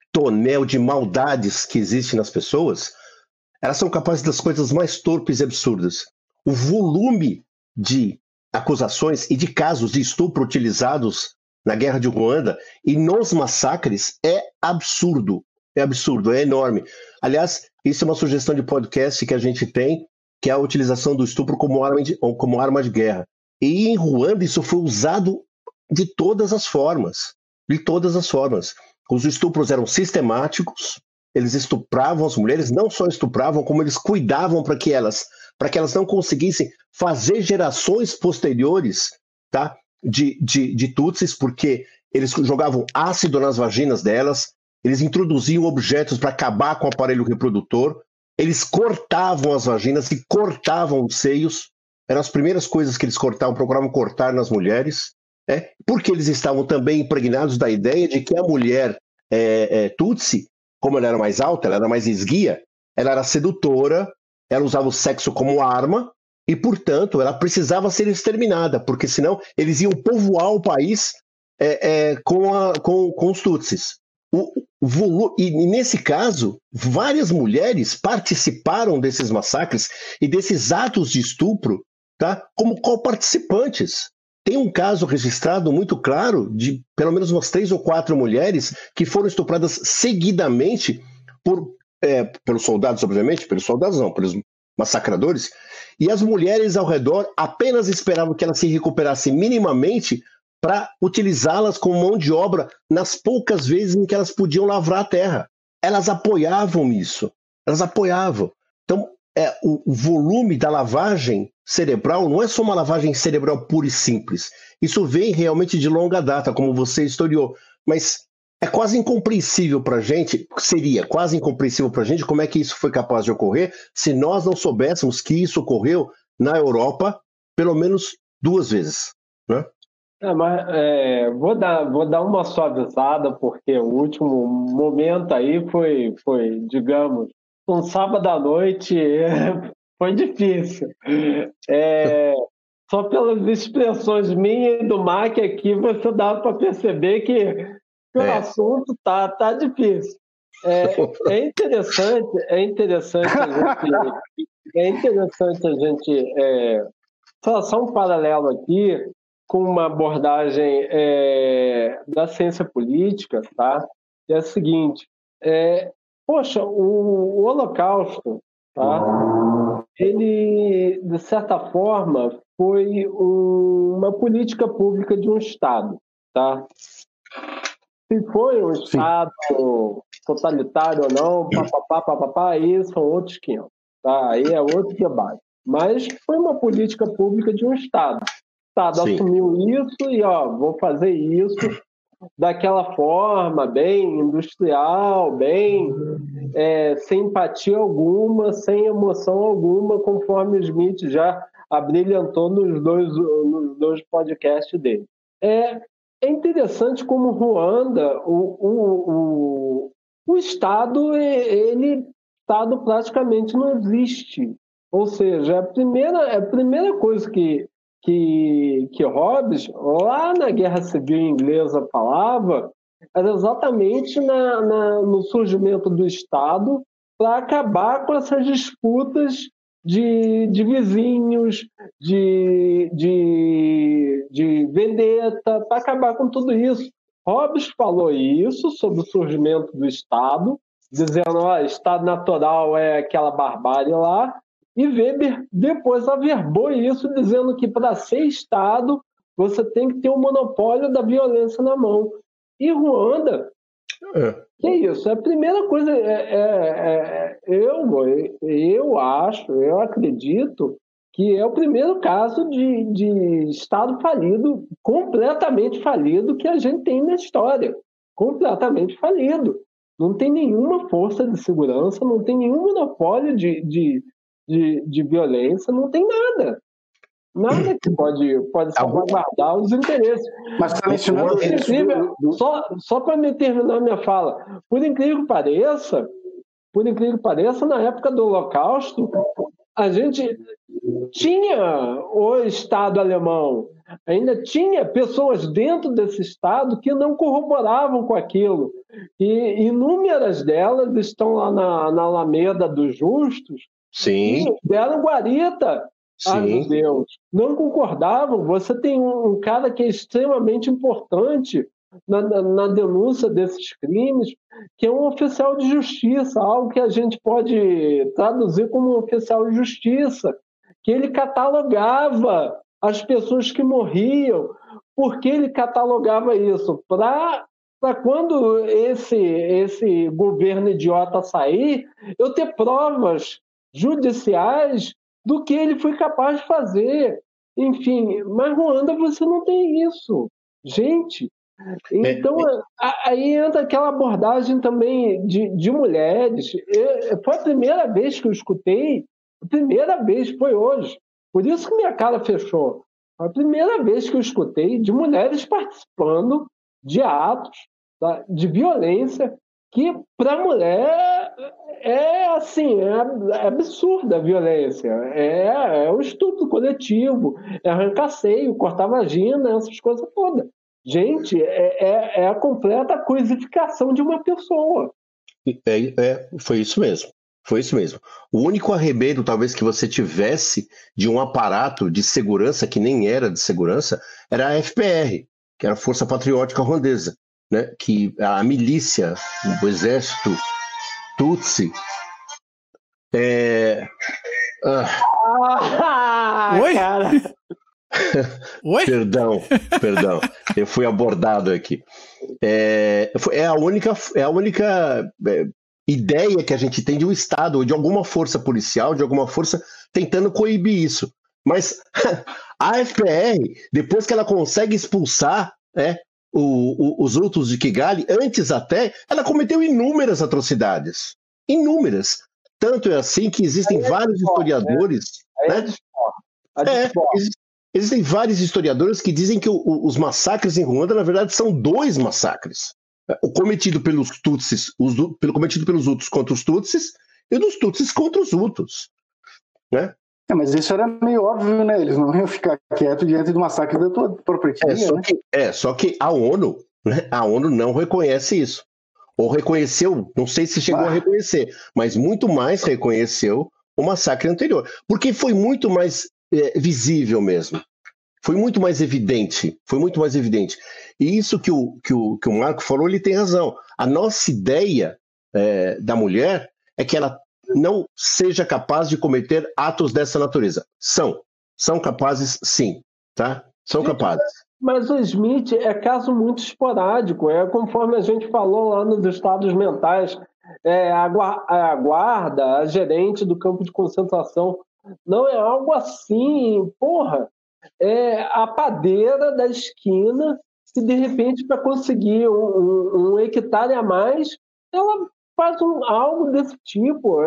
tonel de maldades que existe nas pessoas, elas são capazes das coisas mais torpes e absurdas. O volume de acusações e de casos de estupro utilizados na guerra de Ruanda e nos massacres é absurdo, é enorme. Aliás, isso é uma sugestão de podcast que a gente tem, que é a utilização do estupro como arma de guerra. E em Ruanda isso foi usado de todas as formas. Os estupros eram sistemáticos, eles estupravam as mulheres, não só estupravam, como eles cuidavam para que elas não conseguissem fazer gerações posteriores, tá, de tutsis, porque eles jogavam ácido nas vaginas delas, eles introduziam objetos para acabar com o aparelho reprodutor, eles cortavam as vaginas e cortavam os seios, eram as primeiras coisas que eles procuravam cortar nas mulheres, porque eles estavam também impregnados da ideia de que a mulher tutsi, como ela era mais alta, ela era mais esguia, ela era sedutora, ela usava o sexo como arma e, portanto, ela precisava ser exterminada, porque senão eles iam povoar o país com os tutsis. E nesse caso, várias mulheres participaram desses massacres e desses atos de estupro, tá, como co-participantes. Tem um caso registrado muito claro de pelo menos umas 3 ou 4 mulheres que foram estupradas seguidamente pelos soldados, obviamente, pelos soldados não, pelos massacradores, e as mulheres ao redor apenas esperavam que elas se recuperassem minimamente para utilizá-las como mão de obra nas poucas vezes em que elas podiam lavrar a terra. Elas apoiavam isso, Então, o volume da lavagem cerebral não é só uma lavagem cerebral pura e simples. Isso vem realmente de longa data, como você historiou, mas é quase incompreensível para a gente, seria quase incompreensível para a gente como é que isso foi capaz de ocorrer se nós não soubéssemos que isso ocorreu na Europa pelo menos 2 vezes, né? Vou dar uma suavizada, porque o último momento aí foi digamos, um sábado à noite foi difícil. Só pelas expressões minhas e do Mac aqui, você dá para perceber que o assunto tá difícil. É interessante a gente traçar um paralelo aqui com uma abordagem da ciência política, tá? É a seguinte: o Holocausto, tá? Ele, de certa forma, foi uma política pública de um Estado, tá? Se foi um Estado totalitário ou não, aí são outros 500, tá? Aí é outro debate. Mas foi uma política pública de um Estado. O Estado assumiu isso e, vou fazer isso daquela forma, bem industrial, bem sem empatia alguma, sem emoção alguma, conforme o Smith já abrilhantou nos dois podcasts dele. É interessante como Ruanda, o Estado, Estado praticamente não existe. Ou seja, a primeira coisa que Hobbes, lá na Guerra Civil Inglesa, falava, era exatamente no surgimento do Estado para acabar com essas disputas de vizinhos, de vendetta, para acabar com tudo isso. Hobbes falou isso sobre o surgimento do Estado, dizendo que Estado natural é aquela barbárie lá, e Weber depois averbou isso, dizendo que para ser Estado você tem que ter um monopólio da violência na mão. E Ruanda, que é isso? A primeira coisa, eu acredito que é o primeiro caso de Estado falido, completamente falido, que a gente tem na história. Completamente falido. Não tem nenhuma força de segurança, não tem nenhum monopólio de violência, não tem nada. Nada que pode salvaguardar os interesses. Mas está mencionando só para me terminar minha fala, por incrível que pareça, na época do Holocausto, a gente tinha o Estado alemão, ainda tinha pessoas dentro desse Estado que não corroboravam com aquilo. E inúmeras delas estão lá na Alameda dos Justos, Sim. e deram guarita a judeus. Não concordavam. Você tem um cara que é extremamente importante na denúncia desses crimes, que é um oficial de justiça, algo que a gente pode traduzir como um oficial de justiça, que ele catalogava as pessoas que morriam. Por que ele catalogava isso? Para quando esse governo idiota sair, eu ter provas judiciais do que ele foi capaz de fazer. Enfim, mas Ruanda você não tem isso. Gente, então aí entra aquela abordagem também de mulheres. Foi a primeira vez que eu escutei, a primeira vez foi hoje. Por isso que minha cara fechou. A primeira vez que eu escutei de mulheres participando de atos, tá, de violência, que para a mulher é assim, é absurda a violência. É o estupro coletivo, é arrancar seio, cortar vagina, essas coisas todas. Gente, é a completa coisificação de uma pessoa. Foi isso mesmo. Foi isso mesmo. O único arremedo, talvez, que você tivesse de um aparato de segurança, que nem era de segurança, era a FPR, que era a Força Patriótica Ruandesa, né? Que a milícia, o exército Tutsi. Oi? Cara. Oi? Perdão, eu fui abordado aqui. É a única ideia que a gente tem de um Estado ou de alguma força policial, de alguma força tentando coibir isso. Mas a FPR, depois que ela consegue expulsar os Hutus de Kigali, antes até, ela cometeu inúmeras atrocidades. Inúmeras. Tanto é assim que existem vários historiadores... Existem vários historiadores que dizem que os massacres em Ruanda, na verdade, são 2 massacres. O cometido pelos Tutsis, cometido pelos Hutus contra os Tutsis e o dos Tutsis contra os Hutus. Né? Mas isso era meio óbvio, né? Eles não iam ficar quietos diante do massacre da tua própria etnia, só que a ONU, né? A ONU não reconhece isso. Ou reconheceu, não sei se chegou a reconhecer, mas muito mais reconheceu o massacre anterior. Porque foi muito mais visível mesmo. Foi muito mais evidente. E isso que o Marco falou, ele tem razão. A nossa ideia da mulher é que ela não seja capaz de cometer atos dessa natureza. São capazes, sim, tá? São capazes. Mas o Smith é caso muito esporádico, conforme a gente falou lá nos estados mentais, a guarda, a gerente do campo de concentração, não é algo assim, porra, a padeira da esquina, que de repente para conseguir um hectare a mais, ela faz algo desse tipo,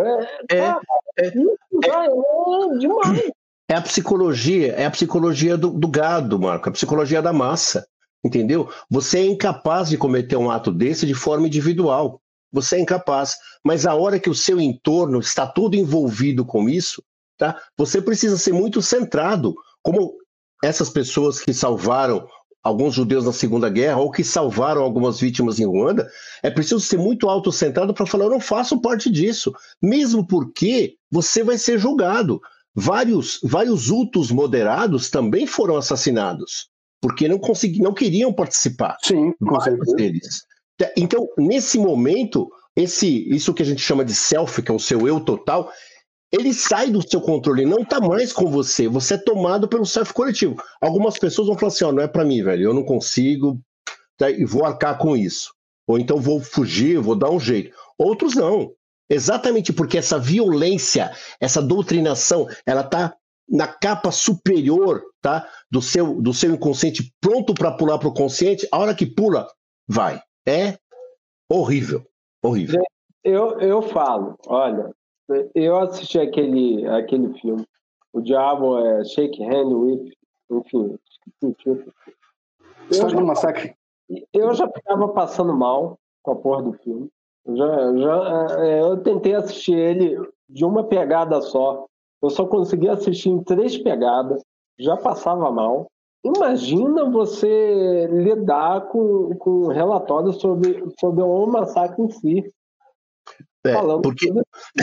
demais. É a psicologia do gado, Marco, a psicologia da massa, entendeu? Você é incapaz de cometer um ato desse de forma individual, você é incapaz, mas a hora que o seu entorno está todo envolvido com isso, tá? Você precisa ser muito centrado, como essas pessoas que salvaram alguns judeus na Segunda Guerra ou que salvaram algumas vítimas em Ruanda, é preciso ser muito autocentrado para falar, eu não faço parte disso, mesmo porque você vai ser julgado. Vários Hutus moderados também foram assassinados, porque não queriam participar. Sim, com certeza. Deles. Então, nesse momento, isso que a gente chama de self, que é o seu eu total, ele sai do seu controle, não está mais com você, você é tomado pelo self coletivo. Algumas pessoas vão falar assim, não é para mim, velho, eu não consigo, e vou arcar com isso. Ou então vou fugir, vou dar um jeito. Outros não. Exatamente porque essa violência, essa doutrinação, ela está na capa superior, tá, do seu inconsciente, pronto para pular para o consciente, a hora que pula, vai. É horrível, horrível. Eu falo, olha, eu assisti aquele filme, O Diabo é Shake Hand with, enfim, História do massacre. Eu já ficava passando mal com a porra do filme. Eu tentei assistir ele de uma pegada só. Eu só consegui assistir em 3 pegadas, já passava mal. Imagina você lidar com um relatório sobre o massacre em si. Porque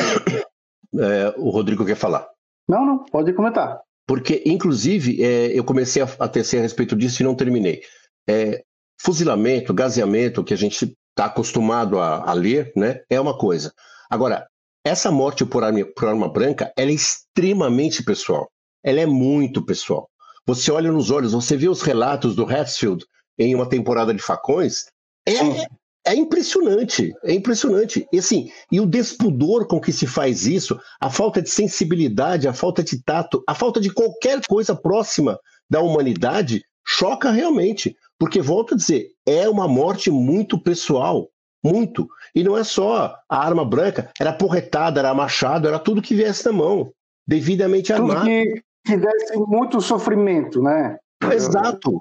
o Rodrigo quer falar. Não, pode comentar. Porque, inclusive, eu comecei a tecer a respeito disso e não terminei. Fuzilamento, gaseamento, que a gente está acostumado a ler, né, é uma coisa. Agora, essa morte por arma branca, ela é extremamente pessoal. Ela é muito pessoal. Você olha nos olhos, você vê os relatos do Hatfield em uma temporada de Facões, é impressionante, é impressionante. E, assim, e o despudor com que se faz isso, a falta de sensibilidade, a falta de tato, a falta de qualquer coisa próxima da humanidade, choca realmente. Porque, volto a dizer, é uma morte muito pessoal, muito. E não é só a arma branca, era porretada, era machado, era tudo que viesse na mão, devidamente armado. Tudo que desse muito sofrimento, né? Exato.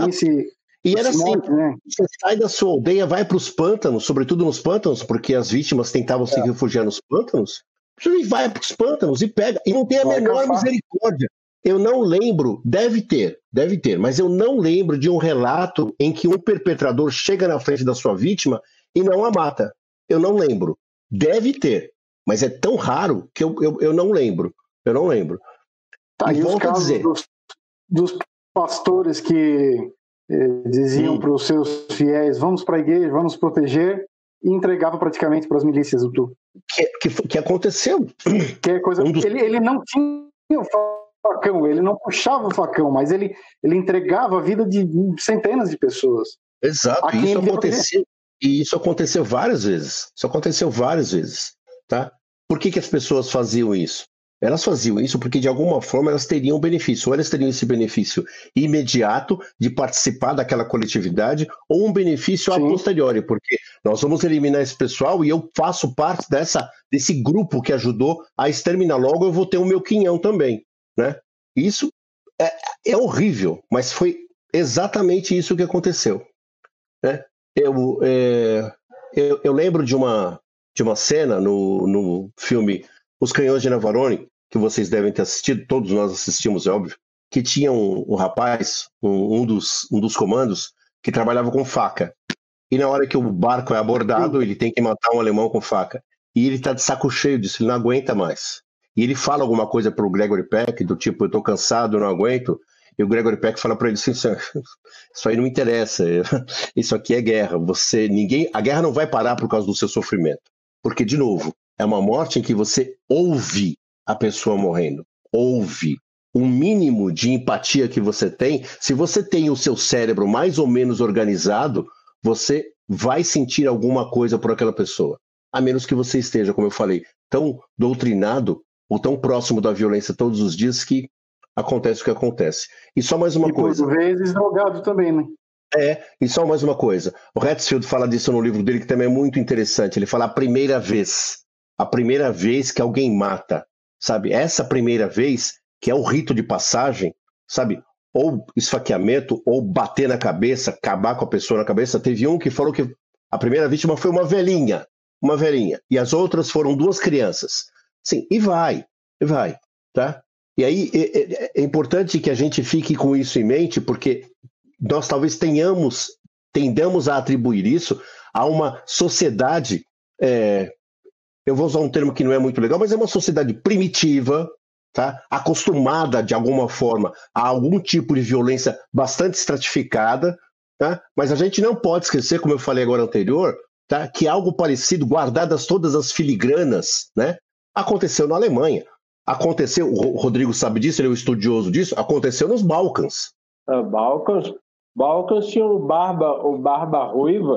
E era assim, né? Você sai da sua aldeia, vai para os pântanos, sobretudo nos pântanos, porque as vítimas tentavam se refugiar nos pântanos, você vai para os pântanos e pega, e não tem a menor misericórdia. Eu não lembro, deve ter, mas eu não lembro de um relato em que um perpetrador chega na frente da sua vítima e não a mata. Eu não lembro. Deve ter, mas é tão raro que eu não lembro. Eu não lembro. Tá, e os casos dos pastores que diziam para os seus fiéis, vamos para a igreja, vamos proteger, e entregava praticamente para as milícias do Hutu. Que aconteceu. Que é coisa... Ele não tinha facão, ele não puxava o facão, mas ele entregava a vida de centenas de pessoas. Exato, isso aconteceu várias vezes. Isso aconteceu várias vezes, tá? Por que as pessoas faziam isso? Elas faziam isso porque, de alguma forma, elas teriam benefício. Ou elas teriam esse benefício imediato de participar daquela coletividade, ou um benefício a posteriori, porque nós vamos eliminar esse pessoal e eu faço parte desse grupo que ajudou a exterminar. Logo, eu vou ter o meu quinhão também, né? Isso é horrível, mas foi exatamente isso que aconteceu, né? Eu lembro de uma cena no filme Os Canhões de Navarone, que vocês devem ter assistido, todos nós assistimos, é óbvio, que tinha um rapaz, um dos comandos, que trabalhava com faca. E na hora que o barco é abordado, ele tem que matar um alemão com faca. E ele tá de saco cheio disso, ele não aguenta mais. E ele fala alguma coisa pro Gregory Peck, do tipo, eu tô cansado, eu não aguento. E o Gregory Peck fala para ele assim, isso aí não me interessa, isso aqui é guerra. A guerra não vai parar por causa do seu sofrimento. Porque, de novo, é uma morte em que você ouve a pessoa morrendo. Ouve. O mínimo de empatia que você tem, se você tem o seu cérebro mais ou menos organizado, você vai sentir alguma coisa por aquela pessoa. A menos que você esteja, como eu falei, tão doutrinado ou tão próximo da violência todos os dias que acontece o que acontece. E só mais uma coisa. Por vezes drogado também, né? E só mais uma coisa. O Hatfield fala disso no livro dele, que também é muito interessante. Ele fala a primeira vez que alguém mata, sabe? Essa primeira vez, que é o rito de passagem, sabe? Ou esfaqueamento, ou bater na cabeça, acabar com a pessoa na cabeça. Teve um que falou que a primeira vítima foi uma velhinha, e as outras foram 2 crianças. Sim, e vai, tá? E aí é importante que a gente fique com isso em mente, porque nós talvez tendamos a atribuir isso a uma sociedade, eu vou usar um termo que não é muito legal, mas é uma sociedade primitiva, tá? Acostumada de alguma forma a algum tipo de violência bastante estratificada, tá? Mas a gente não pode esquecer, como eu falei agora anterior, tá? Que algo parecido, guardadas todas as filigranas, né? Aconteceu na Alemanha. Aconteceu, o Rodrigo sabe disso, ele é um estudioso disso, aconteceu nos Balcãs. Balcãs tinha o Barba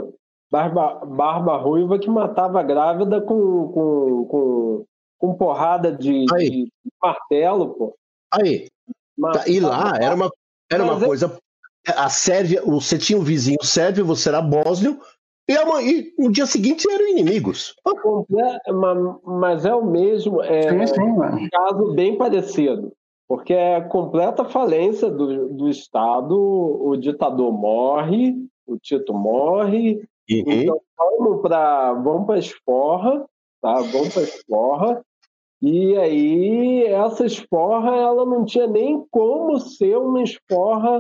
Ruiva que matava a grávida com porrada de martelo, pô. Aí, e lá era uma coisa, a Sérvia, você tinha um vizinho sérvio, você era bósnio, e no dia seguinte eram inimigos. Mas é o mesmo, um caso bem parecido, porque é completa falência do Estado, o ditador morre, o Tito morre, então vamos para a esforra, tá? Vamos para a esforra, E aí essa esporra ela não tinha nem como ser uma esporra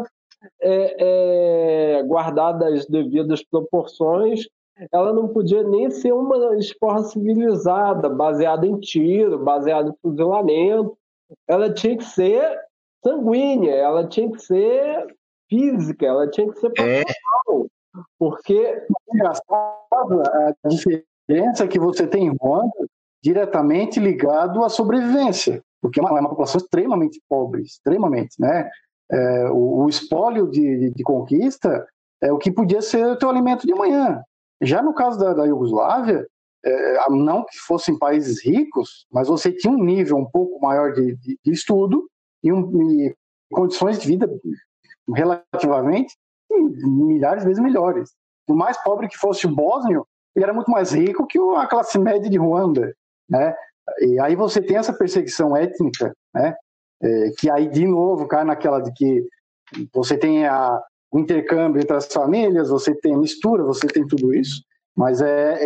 guardada as devidas proporções, ela não podia nem ser uma esporra civilizada, baseada em tiro, baseada em fuzilamento. Ela tinha que ser sanguínea, ela tinha que ser física, ela tinha que ser passional. Porque engraçado, a diferença é que você tem em Ruanda diretamente ligado à sobrevivência, porque é uma população extremamente pobre, extremamente, né? O espólio de conquista é o que podia ser o teu alimento de manhã. Já no caso da Iugoslávia, não que fossem países ricos, mas você tinha um nível um pouco maior de estudo e condições de vida relativamente milhares de vezes melhores. Por mais pobre que fosse o bósnio, ele era muito mais rico que a classe média de Ruanda, né? E aí você tem essa perseguição étnica, né? Que aí de novo cai naquela de que você tem o intercâmbio entre as famílias, você tem a mistura, você tem tudo isso, mas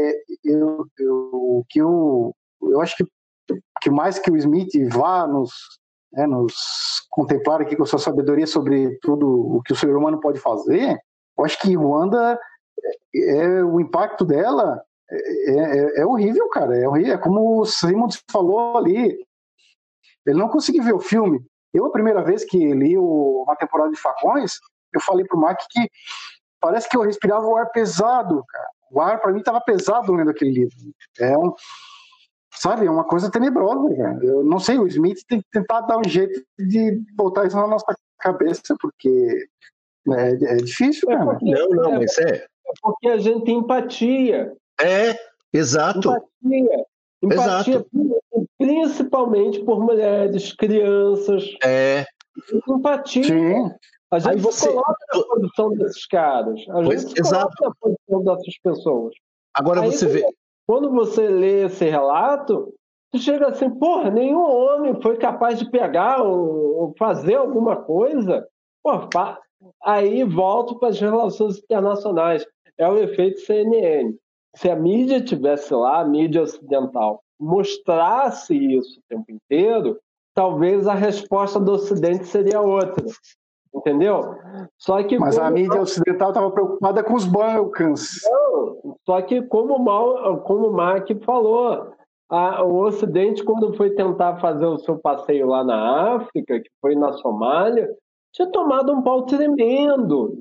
eu acho que mais que o Smith vá nos contemplar aqui com sua sabedoria sobre tudo o que o ser humano pode fazer, eu acho que Ruanda, o impacto dela é horrível, cara. É horrível. É como o Simons falou ali. Ele não conseguiu ver o filme. Eu, a primeira vez que li uma temporada de Facões, eu falei pro Mark que parece que eu respirava o ar pesado, cara. O ar, para mim, estava pesado lendo aquele livro. Sabe, é uma coisa tenebrosa, cara. Eu não sei, o Smith tem que tentar dar um jeito de botar isso na nossa cabeça, porque é difícil, cara. Mas É porque a gente tem empatia. Exato. Empatia principalmente por mulheres, crianças. Empatia. Sim. A gente se coloca na posição desses caras. A gente se coloca na posição dessas pessoas. Agora você vê... Quando você lê esse relato, você chega assim, porra, nenhum homem foi capaz de pegar ou fazer alguma coisa. Aí volto para as relações internacionais. É o efeito CNN. Se a mídia estivesse lá, a mídia ocidental, mostrasse isso o tempo inteiro, talvez a resposta do Ocidente seria outra. Entendeu? Mas a mídia ocidental estava preocupada com os Balcãs. Não, só que como o Mark falou, o Ocidente, quando foi tentar fazer o seu passeio lá na África, que foi na Somália, tinha tomado um pau tremendo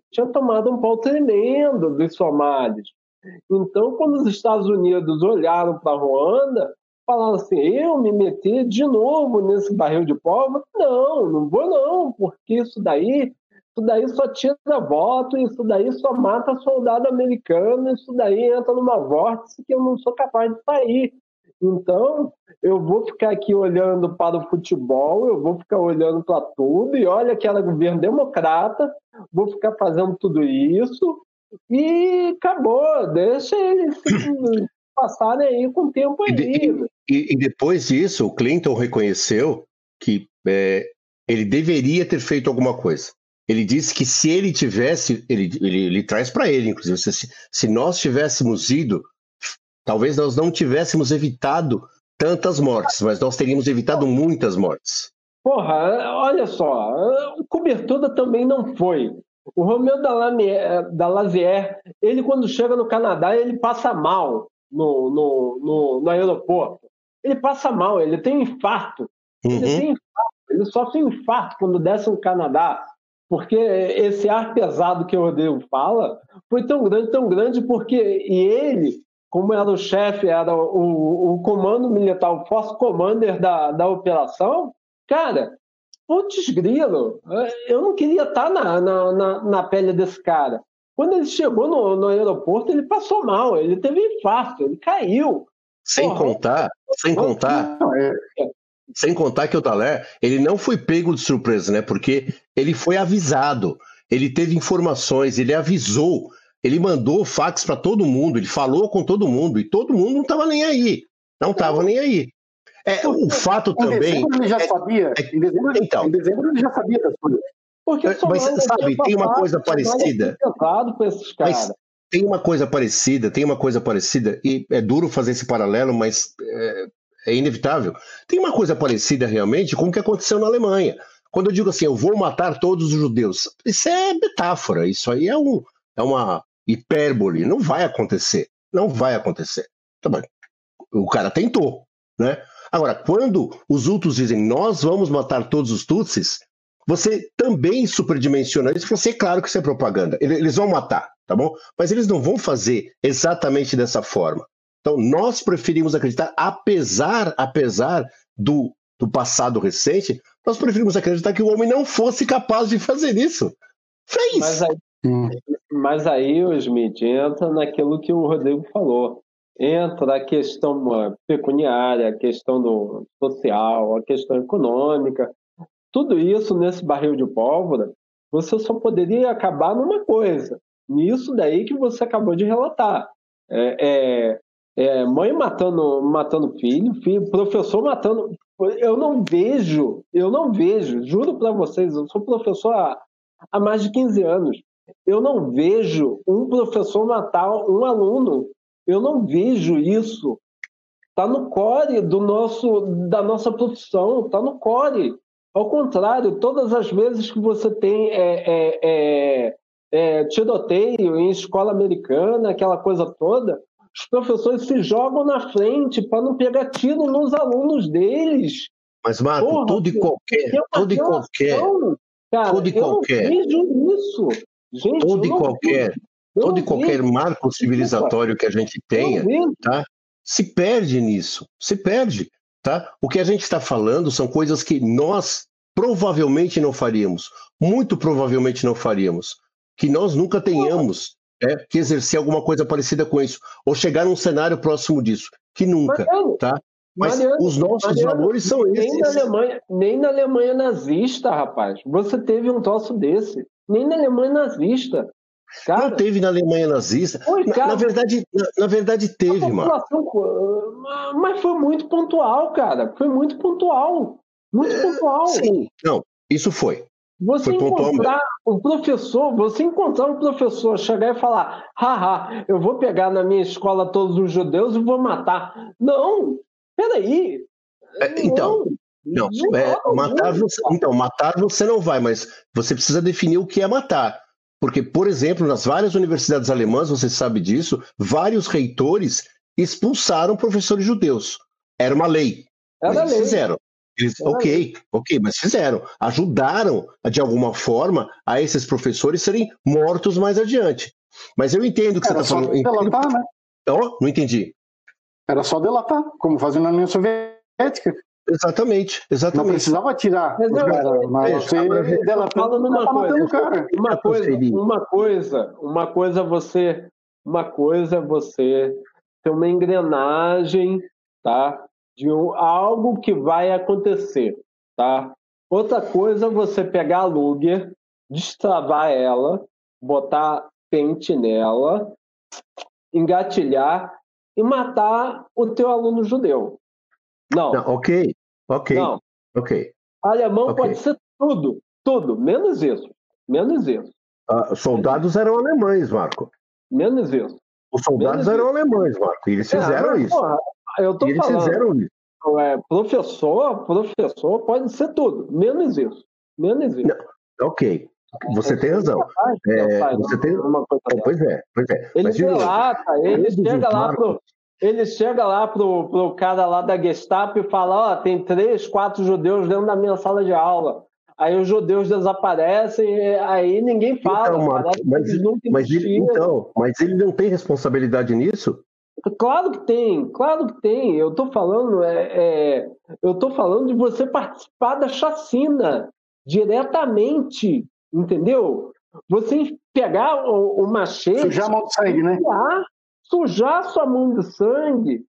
dos somalis. Então, quando os Estados Unidos olharam para Ruanda, falaram assim, eu me meter de novo nesse barril de pólvora? Não vou não, porque isso daí só tira voto, isso daí só mata soldado americano, isso daí entra numa vórtice que eu não sou capaz de sair. Então, eu vou ficar aqui olhando para o futebol, eu vou ficar olhando para tudo, e olha que era governo democrata, vou ficar fazendo tudo isso, e acabou, deixa eles passarem aí com o tempo aí. E depois disso, o Clinton reconheceu que ele deveria ter feito alguma coisa. Ele disse que se ele tivesse, ele traz para ele, inclusive, se nós tivéssemos ido, talvez nós não tivéssemos evitado tantas mortes, mas nós teríamos evitado muitas mortes. Porra, olha só, o Cobertura também não foi. O Romeu Dallaire, ele quando chega no Canadá, ele passa mal no aeroporto. Ele passa mal, ele tem um infarto. Ele sofre um infarto quando desce no Canadá. Porque esse ar pesado que o Rodrigo fala foi tão grande, porque ele, como era o chefe, era o comando militar, o Force Commander da operação, cara, putz grilo, eu não queria estar na pele desse cara. Quando ele chegou no aeroporto, ele passou mal, ele teve infarto, ele caiu. Sem contar que o Dallaire, ele não foi pego de surpresa, né? Porque ele foi avisado, ele teve informações, ele avisou, ele mandou fax para todo mundo, ele falou com todo mundo, e todo mundo não estava nem aí. Não estava nem aí. O fato também... Em dezembro ele já sabia. Em dezembro ele já sabia das coisas. Mas sabe, tem uma coisa parecida. Mas tem uma coisa parecida, e é duro fazer esse paralelo, mas é inevitável. Tem uma coisa parecida realmente com o que aconteceu na Alemanha. Quando eu digo assim, eu vou matar todos os judeus, isso é metáfora, isso aí é uma hipérbole, não vai acontecer. Não vai acontecer. Tá bom. O cara tentou, né? Agora, quando os Hutus dizem nós vamos matar todos os Tutsis, você também superdimensiona isso, você, claro que isso é propaganda. Eles vão matar, tá bom? Mas eles não vão fazer exatamente dessa forma. Então, nós preferimos acreditar, apesar do passado recente, nós preferimos acreditar que o homem não fosse capaz de fazer isso. Fez! Mas aí, o Smith, entra naquilo que o Rodrigo falou. Entra a questão pecuniária, a questão do social, a questão econômica. Tudo isso nesse barril de pólvora, você só poderia acabar numa coisa. Nisso daí que você acabou de relatar. Mãe matando filho, professor matando... Eu não vejo, juro para vocês, eu sou professor há mais de 15 anos. Eu não vejo um professor matar um aluno. Eu não vejo isso. Está no core da nossa profissão, está no core. Ao contrário, todas as vezes que você tem tiroteio em escola americana, aquela coisa toda, os professores se jogam na frente para não pegar tiro nos alunos deles. Mas, Marco, todo e qualquer... Cara, eu não vejo isso. Gente, todo e qualquer marco civilizatório que a gente tenha, tá? Se perde nisso, se perde, tá? O que a gente está falando são coisas que nós provavelmente não faríamos, muito provavelmente não faríamos, que nós nunca tenhamos que exercer alguma coisa parecida com isso, ou chegar num cenário próximo disso, que nunca, tá? Mas os nossos valores são esses. Nem na Alemanha nazista, rapaz, você teve um troço desse. Nem na Alemanha nazista. Cara, não teve na Alemanha nazista. Na verdade teve, mano. Mas foi muito pontual, cara. Foi muito pontual. Muito pontual. Sim, não, isso foi. Você encontrar um professor, chegar e falar, haha, eu vou pegar na minha escola todos os judeus e vou matar. Não, peraí. Matar você não vai, mas você precisa definir o que é matar. Porque, por exemplo, nas várias universidades alemãs, você sabe disso, vários reitores expulsaram professores judeus. Era uma lei. Eles fizeram. Ok, mas fizeram. Ajudaram, de alguma forma, a esses professores serem mortos mais adiante. Mas eu entendo o que você está falando. Delatar, né? Não entendi. Era só delatar, como fazia na União Soviética. Exatamente. Não precisava tirar os caras, mas você delatando uma coisa é você ter uma engrenagem, tá? De algo que vai acontecer, tá? Outra coisa é você pegar a Luger, destravar ela, botar pente nela, engatilhar e matar o teu aluno judeu. Não. Ok. Não. Ok. Alemão pode ser tudo, menos isso. Soldados eram alemães, Marco. Menos isso. Os soldados eram alemães, Marco, e eles fizeram isso. Porra, eu tô eles falando. Fizeram isso. Professor pode ser tudo, menos isso. Não, ok. Você tem razão. Você tem uma coisa. Pois é. Ele relata, ele chega lá pro cara lá da Gestapo e fala, tem 3, 4 judeus dentro da minha sala de aula. Aí os judeus desaparecem, aí ninguém fala. Mas ele não tem responsabilidade nisso? Claro que tem. Eu tô falando de você participar da chacina diretamente, entendeu? Você pegar o machete, sujar a mão de sangue, né? Sujar sua mão de sangue,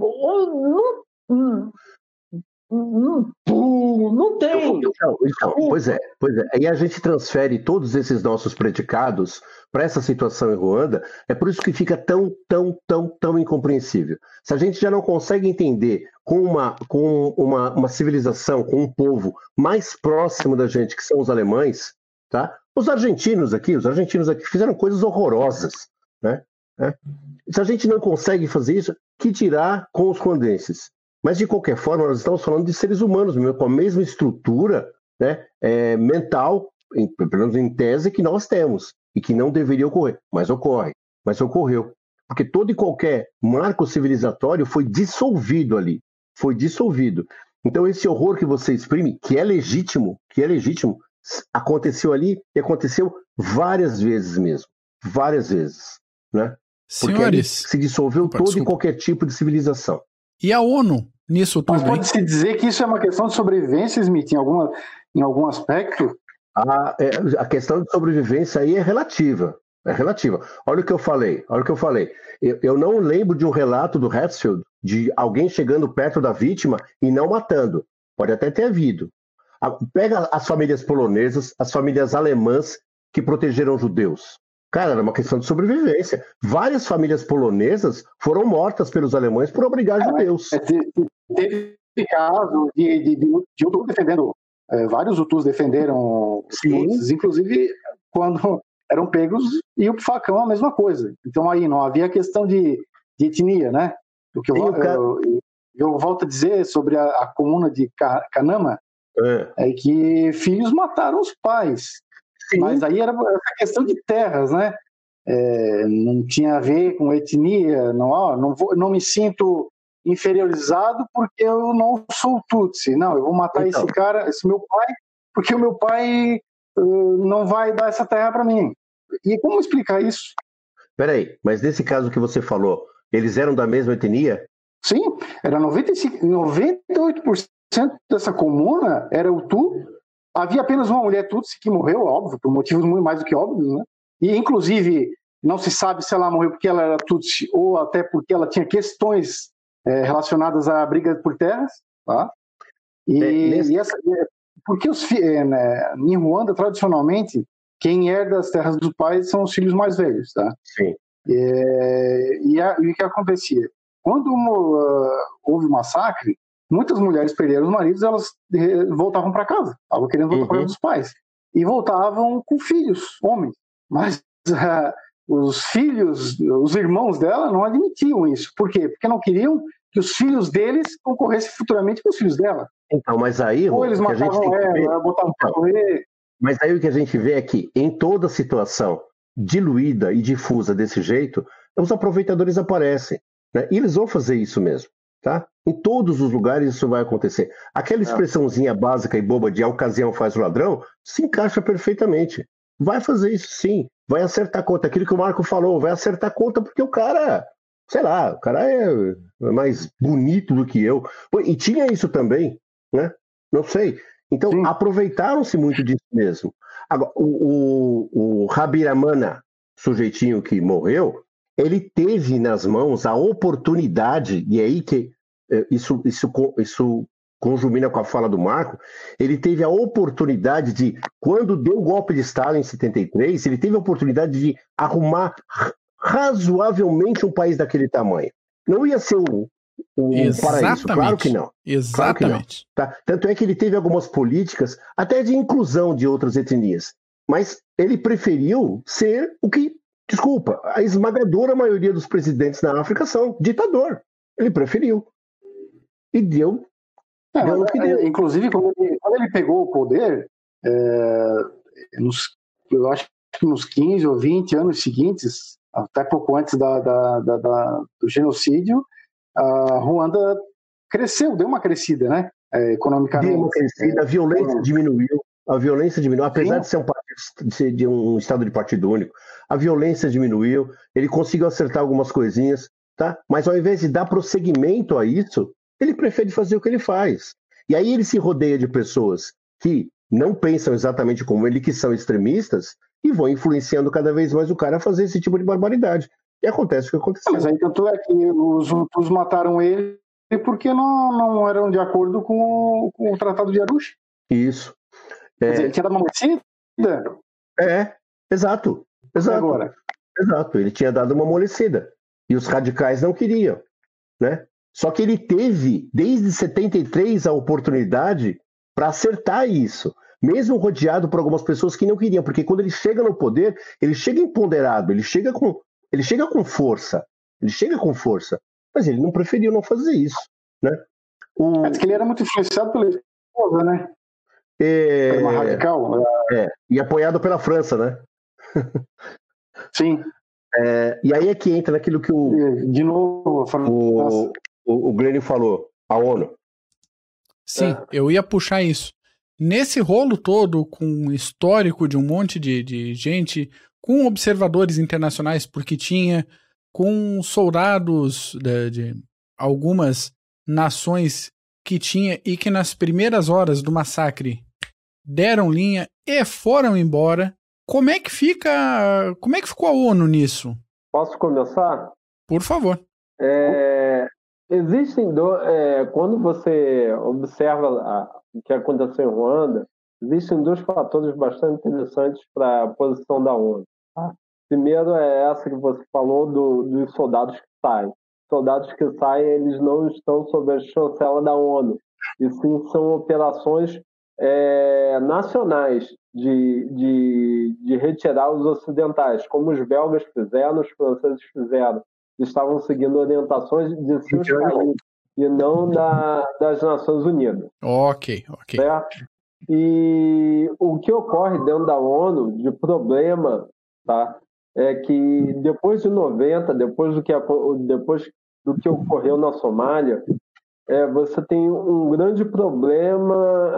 não tem. Pois é. Aí a gente transfere todos esses nossos predicados para essa situação em Ruanda. É por isso que fica tão incompreensível. Se a gente já não consegue entender com uma civilização, com um povo mais próximo da gente, que são os alemães, tá? Os argentinos aqui fizeram coisas horrorosas, né? Se a gente não consegue fazer isso, que dirá com os ruandenses? Mas, de qualquer forma, nós estamos falando de seres humanos, com a mesma estrutura, né, mental, pelo menos em tese, que nós temos, e que não deveria ocorrer. Mas ocorre, mas ocorreu. Porque todo e qualquer marco civilizatório foi dissolvido ali. Foi dissolvido. Então, esse horror que você exprime, que é legítimo, aconteceu ali e aconteceu várias vezes mesmo. Várias vezes, né? Porque Senhores, se dissolveu todo e qualquer tipo de civilização. E a ONU nisso tudo? Mas pode-se dizer que isso é uma questão de sobrevivência, Smith, em algum aspecto? A questão de sobrevivência aí é relativa. É relativa. Olha o que eu falei. Eu não lembro de um relato do Hatfield de alguém chegando perto da vítima e não matando. Pode até ter havido. Pega as famílias polonesas, as famílias alemãs que protegeram judeus. Cara, era uma questão de sobrevivência. Várias famílias polonesas foram mortas pelos alemães por obrigar judeus. Teve caso de Hutu defendendo, vários Hutus defenderam os Tutsis, inclusive quando eram pegos e o facão a mesma coisa. Então aí não havia questão de etnia, né? O que eu volto a dizer sobre a comuna de Kanama é que filhos mataram os pais. Sim. Mas aí era questão de terras, né? Não tinha a ver com etnia, não me sinto inferiorizado porque eu não sou Tutsi. Não, eu vou matar esse cara, esse meu pai, porque o meu pai não vai dar essa terra para mim. E como explicar isso? Peraí, mas nesse caso que você falou, eles eram da mesma etnia? Sim, era 98% dessa comuna era Hutu. Havia apenas uma mulher Tutsi que morreu, óbvio, por motivos muito mais do que óbvios, né? E, inclusive, não se sabe se ela morreu porque ela era Tutsi ou até porque ela tinha questões relacionadas à briga por terras, tá? Porque em Ruanda, tradicionalmente, quem herda as terras dos pais são os filhos mais velhos, tá? Sim. E o que acontecia? Quando houve o massacre, muitas mulheres perderam os maridos, elas voltavam para casa, estavam querendo voltar para casa dos pais, e voltavam com filhos, homens. Mas os filhos, os irmãos dela não admitiam isso. Por quê? Porque não queriam que os filhos deles concorressem futuramente com os filhos dela. Então, mas aí... Ou eles matavam ela, botavam para correr. Mas aí o que a gente vê é que em toda situação diluída e difusa desse jeito, os aproveitadores aparecem, né? E eles vão fazer isso mesmo, tá? Em todos os lugares isso vai acontecer. Aquela expressãozinha básica e boba de a ocasião faz o ladrão se encaixa perfeitamente. Vai fazer isso sim, vai acertar a conta. Aquilo que o Marco falou, vai acertar a conta porque o cara, sei lá, o cara é mais bonito do que eu. E tinha isso também, né? Não sei. Então, sim, aproveitaram-se muito disso mesmo. Agora, o Rabiramana, sujeitinho que morreu, ele teve nas mãos a oportunidade, e é aí que isso conjumina com a fala do Marco, ele teve a oportunidade de, quando deu o golpe de Estado em 73, ele teve a oportunidade de arrumar razoavelmente um país daquele tamanho. Não ia ser um paraíso, claro que não. Exatamente. Claro que não, tá? Tanto é que ele teve algumas políticas até de inclusão de outras etnias, mas ele preferiu ser o que, desculpa, a esmagadora maioria dos presidentes na África são ditador. Ele preferiu. E deu no que deu. Inclusive, quando ele pegou o poder, eu acho que nos 15 ou 20 anos seguintes, até pouco antes do genocídio, a Ruanda cresceu, deu uma crescida, né? Economicamente. Deu uma crescida, a violência diminuiu. Apesar de ser de um estado de partido único, a violência diminuiu, ele conseguiu acertar algumas coisinhas, tá? Mas ao invés de dar prosseguimento a isso, ele prefere fazer o que ele faz. E aí ele se rodeia de pessoas que não pensam exatamente como ele, que são extremistas, e vão influenciando cada vez mais o cara a fazer esse tipo de barbaridade. E acontece o que aconteceu. Mas aí tanto é que os Hutus mataram ele porque não eram de acordo com o Tratado de Arusha. Isso. Quer dizer, ele tinha dado uma amolecida? Exato. Agora. Exato, ele tinha dado uma amolecida. E os radicais não queriam, né? Só que ele teve, desde 73, a oportunidade para acertar isso, mesmo rodeado por algumas pessoas que não queriam, porque quando ele chega no poder, ele chega empoderado, ele chega com força, mas ele não preferiu não fazer isso, né? Mas que ele era muito influenciado pela esposa, né? Era uma radical. E apoiado pela França, né? Sim. E aí é que entra naquilo que de novo, o Glênio falou, a ONU. Sim, eu ia puxar isso. Nesse rolo todo, com histórico de um monte de gente, com observadores internacionais, porque tinha, com soldados de algumas nações que tinha e que nas primeiras horas do massacre deram linha e foram embora. Como é que ficou a ONU nisso? Posso começar? Por favor. Existem quando você observa o que aconteceu em Ruanda, existem dois fatores bastante interessantes para a posição da ONU. Tá? Primeiro é essa que você falou dos soldados que saem. Soldados que saem, eles não estão sob a chancela da ONU, e sim são operações nacionais de retirar os ocidentais, como os belgas fizeram, os franceses fizeram. Estavam seguindo orientações de seus países e não das Nações Unidas. Ok. Certo? E o que ocorre dentro da ONU de problema, tá, é que depois de 90, depois do que ocorreu na Somália, você tem um grande problema,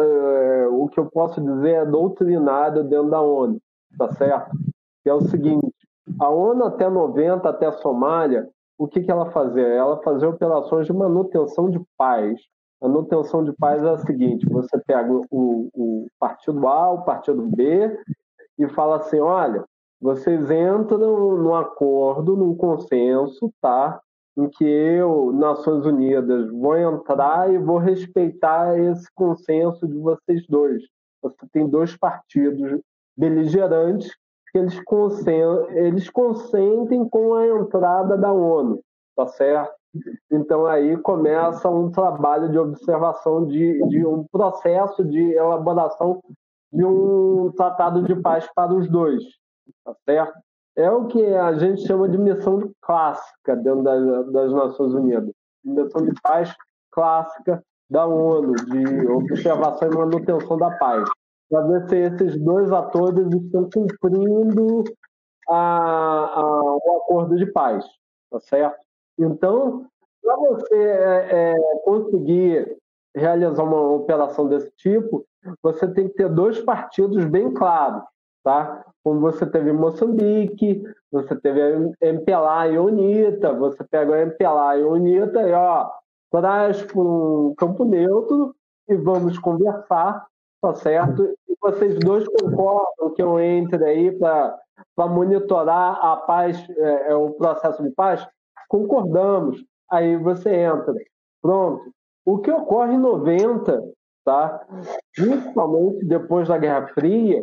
o que eu posso dizer é doutrinário dentro da ONU, tá certo? Que é o seguinte: a ONU até 90, até a Somália, o que ela fazia? Ela fazia operações de manutenção de paz. A manutenção de paz é a seguinte: você pega o partido A, o partido B, e fala assim: olha, vocês entram num acordo, num consenso, tá? Em que eu, Nações Unidas, vou entrar e vou respeitar esse consenso de vocês dois. Você tem dois partidos beligerantes que eles consentem com a entrada da ONU, tá certo? Então aí começa um trabalho de observação de um processo de elaboração de um tratado de paz para os dois, tá certo? É o que a gente chama de missão clássica dentro das Nações Unidas. Missão de paz clássica da ONU, de observação e manutenção da paz. Para ver se esses dois atores estão cumprindo o acordo de paz, tá certo? Então, para você conseguir realizar uma operação desse tipo, você tem que ter dois partidos bem claros, tá? Como você teve em Moçambique, você teve a MPLA e a UNITA, você pega a MPLA e a UNITA e traz para um campo neutro e vamos conversar, tá certo? E vocês dois concordam que eu entre aí para monitorar a paz, o processo de paz? Concordamos. Aí você entra. Pronto. O que ocorre em 90, tá? Principalmente depois da Guerra Fria,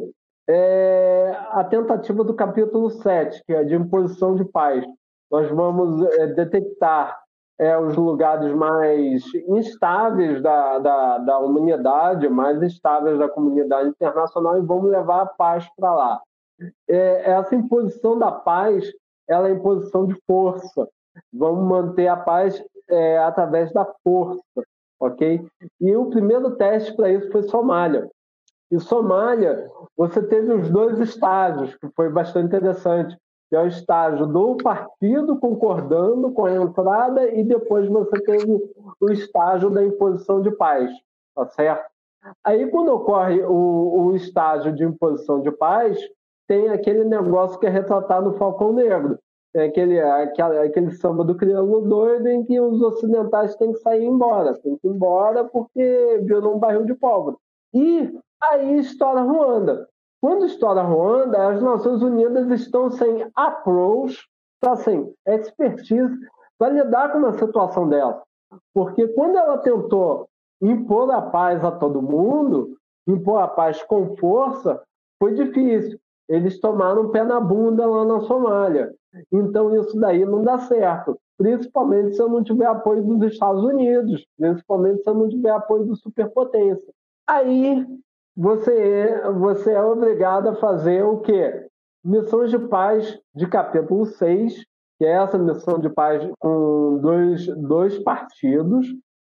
é a tentativa do capítulo 7, que é de imposição de paz. Nós vamos detectar os lugares mais instáveis da humanidade, mais instáveis da comunidade internacional, e vamos levar a paz para lá. Essa imposição da paz, ela é imposição de força. Vamos manter a paz através da força, ok? E o primeiro teste para isso foi Somália. E Somália, você teve os dois estágios, que foi bastante interessante, que é o estágio do partido concordando com a entrada, e depois você teve o estágio da imposição de paz, tá certo? Aí, quando ocorre o estágio de imposição de paz, tem aquele negócio que é retratado no Falcão Negro, aquele samba do crioulo doido em que os ocidentais têm que sair embora, porque virou um barril de pólvora. E aí estoura Ruanda. Quando estoura Ruanda, as Nações Unidas estão sem approach, sem expertise para lidar com uma situação dessa. Porque quando ela tentou impor a paz a todo mundo, impor a paz com força, foi difícil. Eles tomaram um pé na bunda lá na Somália. Então isso daí não dá certo. Principalmente se eu não tiver apoio dos Estados Unidos, principalmente se eu não tiver apoio do superpotência. Aí você é obrigado a fazer o quê? Missões de paz de capítulo 6, que é essa missão de paz com dois partidos,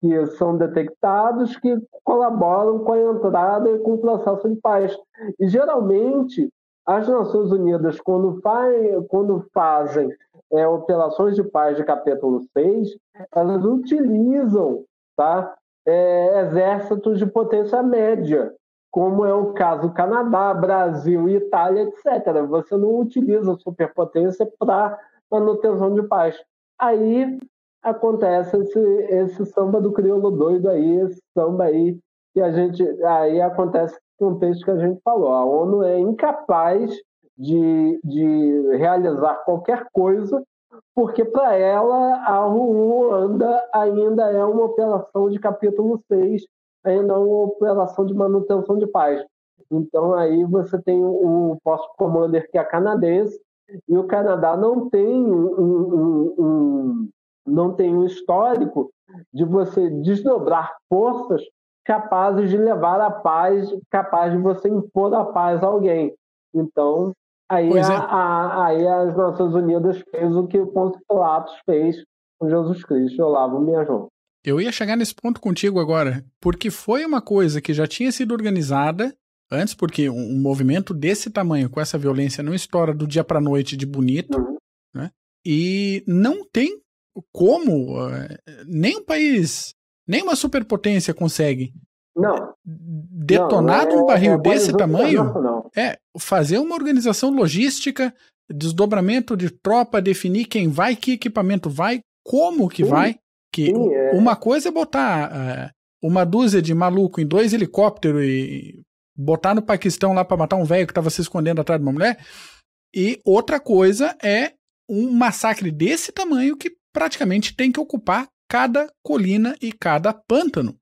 que são detectados, que colaboram com a entrada e com o processo de paz. E, geralmente, as Nações Unidas, quando fazem operações de paz de capítulo 6, elas utilizam, tá, exércitos de potência média, como é o caso do Canadá, Brasil, Itália, etc. Você não utiliza superpotência para manutenção de paz. Aí acontece esse samba do crioulo doido aí, esse samba aí, que aí acontece o contexto que a gente falou. A ONU é incapaz de realizar qualquer coisa, porque para ela a Ruanda ainda é uma operação de capítulo 6, ainda é uma operação de manutenção de paz. Então aí você tem o Post Commander, que é canadense, e o Canadá não tem não tem um histórico de você desdobrar forças capazes de levar a paz, capaz de você impor a paz a alguém. Então, aí as Nações Unidas fez o que o Pôncio Pilatos fez com Jesus Cristo. Eu lavo minhas mãos. Eu ia chegar nesse ponto contigo agora, porque foi uma coisa que já tinha sido organizada antes, porque um movimento desse tamanho, com essa violência, não estoura do dia para a noite de bonito, né? E não tem como nem um país, nem uma superpotência consegue detonar um barril desse tamanho, fazer uma organização logística, desdobramento de tropa, definir quem vai, que equipamento vai, como que vai. Uma coisa é botar uma dúzia de maluco em 2 helicópteros e botar no Paquistão lá para matar um velho que estava se escondendo atrás de uma mulher, e outra coisa é um massacre desse tamanho que praticamente tem que ocupar cada colina e cada pântano.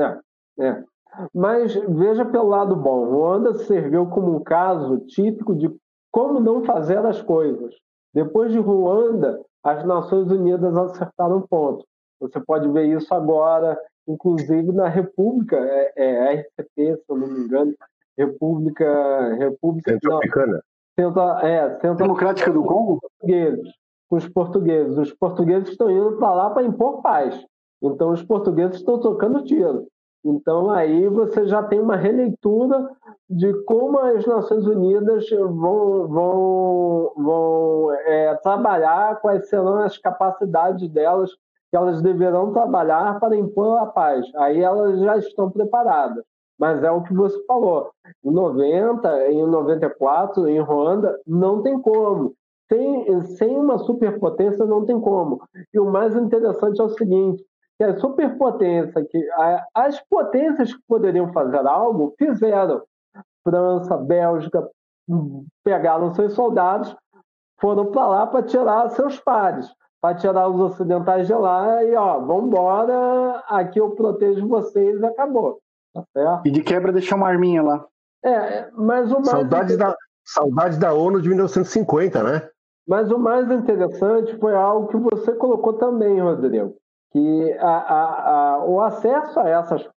Mas veja pelo lado bom, Ruanda serviu como um caso típico de como não fazer as coisas. Depois de Ruanda, as Nações Unidas acertaram um ponto. Você pode ver isso agora, inclusive na República, RCP, se eu não me engano, República Centro-Africana. Democrática do Congo? Com os portugueses. Os portugueses estão indo para lá para impor paz. Então, os portugueses estão tocando tiro. Então, aí você já tem uma releitura de como as Nações Unidas vão trabalhar, quais serão as capacidades delas, que elas deverão trabalhar para impor a paz. Aí elas já estão preparadas. Mas é o que você falou. Em 90, em 94, em Ruanda, não tem como. Sem uma superpotência, não tem como. E o mais interessante é o seguinte, que a superpotência, as potências que poderiam fazer algo, fizeram. França, Bélgica, pegaram seus soldados, foram para lá para tirar seus pares, para tirar os ocidentais de lá e, vamos embora, aqui eu protejo vocês e acabou. Tá certo? E de quebra deixar uma arminha lá. Mas o mais... Saudade da ONU de 1950, né? Mas o mais interessante foi algo que você colocou também, Rodrigo, que o acesso a essas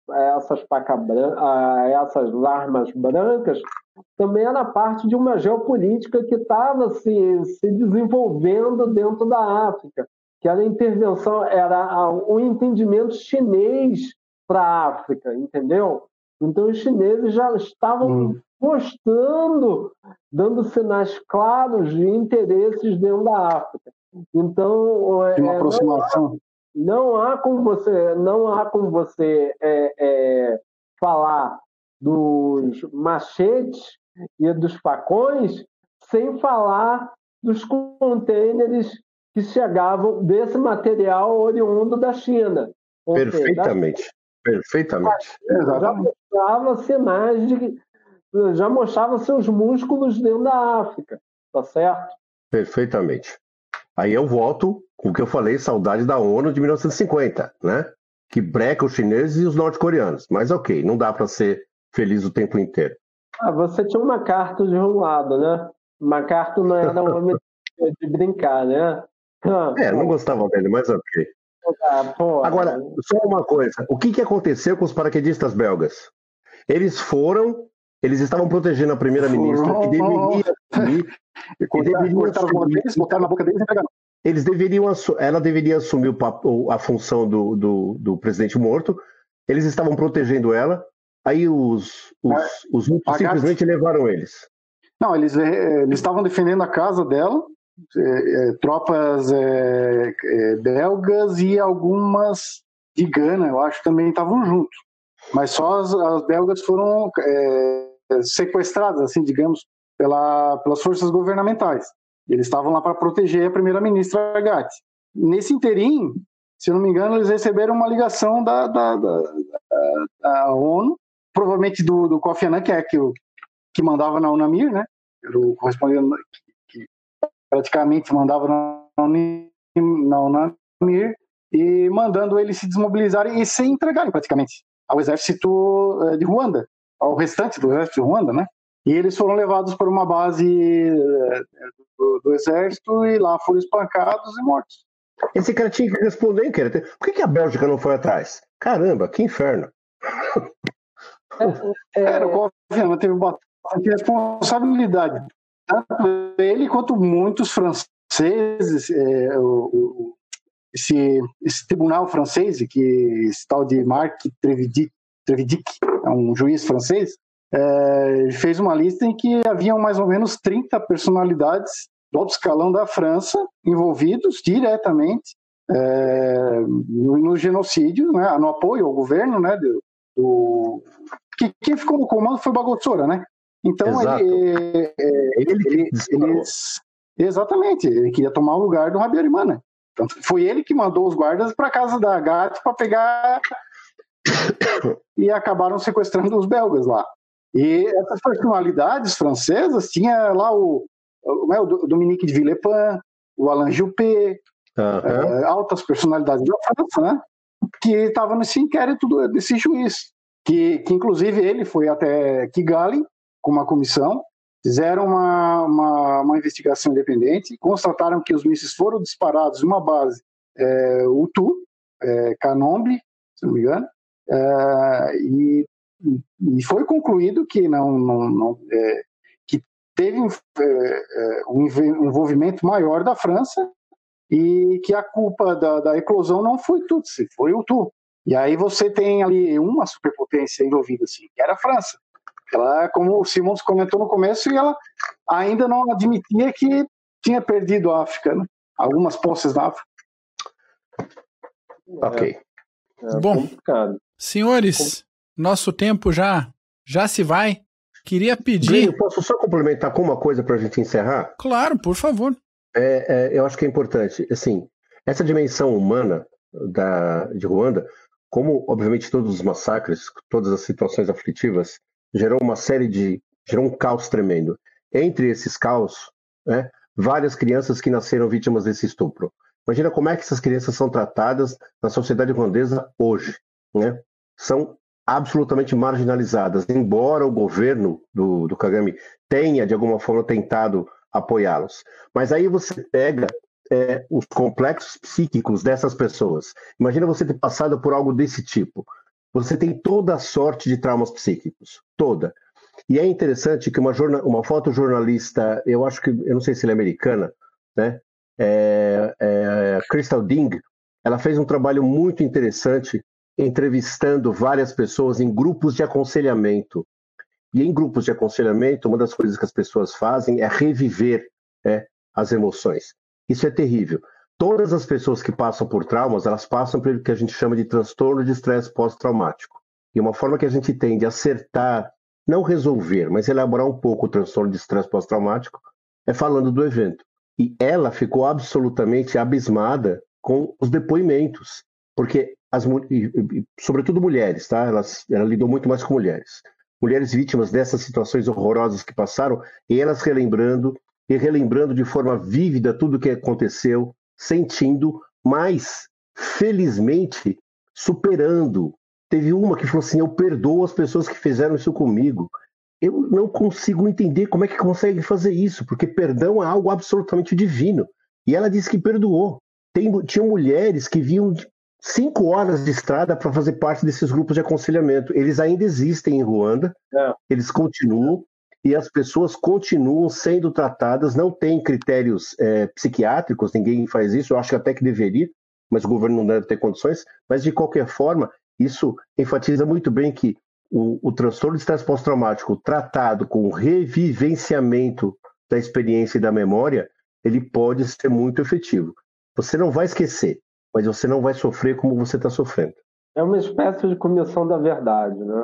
armas brancas também era parte de uma geopolítica que estava se desenvolvendo dentro da África, que era a intervenção, era um entendimento chinês para a África, entendeu? Então os chineses já estavam mostrando, dando sinais claros de interesses dentro da África. Então, uma aproximação. Não há como você falar dos machetes e dos facões sem falar dos contêineres que chegavam desse material oriundo da China. Perfeitamente. Já mostrava sinais já mostrava seus músculos dentro da África, tá certo? Perfeitamente. Aí eu volto com o que eu falei, saudade da ONU de 1950, né? Que breca os chineses e os norte-coreanos. Mas ok, não dá para ser feliz o tempo inteiro. Você tinha uma carta de um lado, né? Uma carta não era um homem de brincar, né? Não gostava dele, mas ok. Agora, só uma coisa. O que aconteceu com os paraquedistas belgas? Eles estavam protegendo a primeira-ministra, que deveria assumir... Cortaram na boca deles e pegaram. ela deveria assumir a função do presidente morto. Eles estavam protegendo ela. Aí os outros simplesmente levaram eles. Não, eles estavam defendendo a casa dela, tropas belgas e algumas de Gana, eu acho, também estavam juntos. Mas só as belgas foram sequestradas, assim, digamos, pelas forças governamentais. Eles estavam lá para proteger a primeira-ministra Gatti. Nesse interim, se eu não me engano, eles receberam uma ligação da ONU, provavelmente do Kofi Annan, que mandava na UNAMIR, né? Era o correspondente que praticamente mandava na UNAMIR, e mandando eles se desmobilizarem e se entregarem praticamente ao exército de Ruanda, ao restante do exército de Ruanda, né? E eles foram levados para uma base do exército e lá foram espancados e mortos. Esse cara tinha que responder, cara. Por que a Bélgica não foi atrás? Caramba, que inferno. O Kofi Annan teve bastante responsabilidade. Tanto ele quanto muitos franceses, esse tribunal francês, esse tal de Marc Trevidic, é um juiz francês, fez uma lista em que haviam mais ou menos 30 personalidades do alto escalão da França envolvidos diretamente no genocídio, né, no apoio ao governo, né, quem ficou no comando foi Bagotsora, né? Então exatamente, ele queria tomar o lugar do Habyarimana. Então, foi ele que mandou os guardas para a casa da Gatti para pegar e acabaram sequestrando os belgas lá. E essas personalidades francesas, tinha lá o Dominique de Villepin, o Alain Juppé, altas personalidades da França, né, que estavam nesse inquérito desse juiz, que inclusive ele foi até Kigali com uma comissão, fizeram uma investigação independente, constataram que os mísseis foram disparados em uma base Hutu, Kanombe, se não me engano, e foi concluído que que teve um envolvimento maior da França e que a culpa da eclosão não foi Tutsi, foi Hutu. E aí você tem ali uma superpotência envolvida, assim, que era a França. Ela, como o Simons comentou no começo, ela ainda não admitia que tinha perdido a África, né? Algumas posses da África. Ok. Bom, complicado. Senhores, nosso tempo já se vai. Queria pedir... Eu posso só complementar com uma coisa para a gente encerrar? Claro, por favor. Eu acho que é importante. Assim, essa dimensão humana de Ruanda, como, obviamente, todos os massacres, todas as situações aflitivas, gerou um caos tremendo. Entre esses caos, né, várias crianças que nasceram vítimas desse estupro. Imagina como é que essas crianças são tratadas na sociedade ruandesa hoje, né? São absolutamente marginalizadas, embora o governo do Kagame tenha, de alguma forma, tentado apoiá-los. Mas aí você pega os complexos psíquicos dessas pessoas. Imagina você ter passado por algo desse tipo. Você tem toda a sorte de traumas psíquicos, toda. E é interessante que uma fotojornalista, eu não sei se ela é americana, né? Crystal Ding, ela fez um trabalho muito interessante entrevistando várias pessoas em grupos de aconselhamento. E em grupos de aconselhamento, uma das coisas que as pessoas fazem é reviver as emoções. Isso é terrível. Todas as pessoas que passam por traumas, elas passam pelo que a gente chama de transtorno de estresse pós-traumático. E uma forma que a gente tem de acertar, não resolver, mas elaborar um pouco o transtorno de estresse pós-traumático, é falando do evento. E ela ficou absolutamente abismada com os depoimentos, porque, sobretudo mulheres, tá? Ela lidou muito mais com mulheres. Mulheres vítimas dessas situações horrorosas que passaram, e elas relembrando de forma vívida tudo o que aconteceu, sentindo, mas, felizmente, superando. Teve uma que falou assim: eu perdoo as pessoas que fizeram isso comigo. Eu não consigo entender como é que consegue fazer isso, porque perdão é algo absolutamente divino. E ela disse que perdoou. Tinham mulheres que vinham 5 horas de estrada para fazer parte desses grupos de aconselhamento. Eles ainda existem em Ruanda, eles continuam, e as pessoas continuam sendo tratadas, não tem critérios psiquiátricos, ninguém faz isso, eu acho que até que deveria, mas o governo não deve ter condições, mas de qualquer forma, isso enfatiza muito bem que o transtorno de estresse pós-traumático tratado com o revivenciamento da experiência e da memória, ele pode ser muito efetivo. Você não vai esquecer, mas você não vai sofrer como você está sofrendo. É uma espécie de comissão da verdade, né?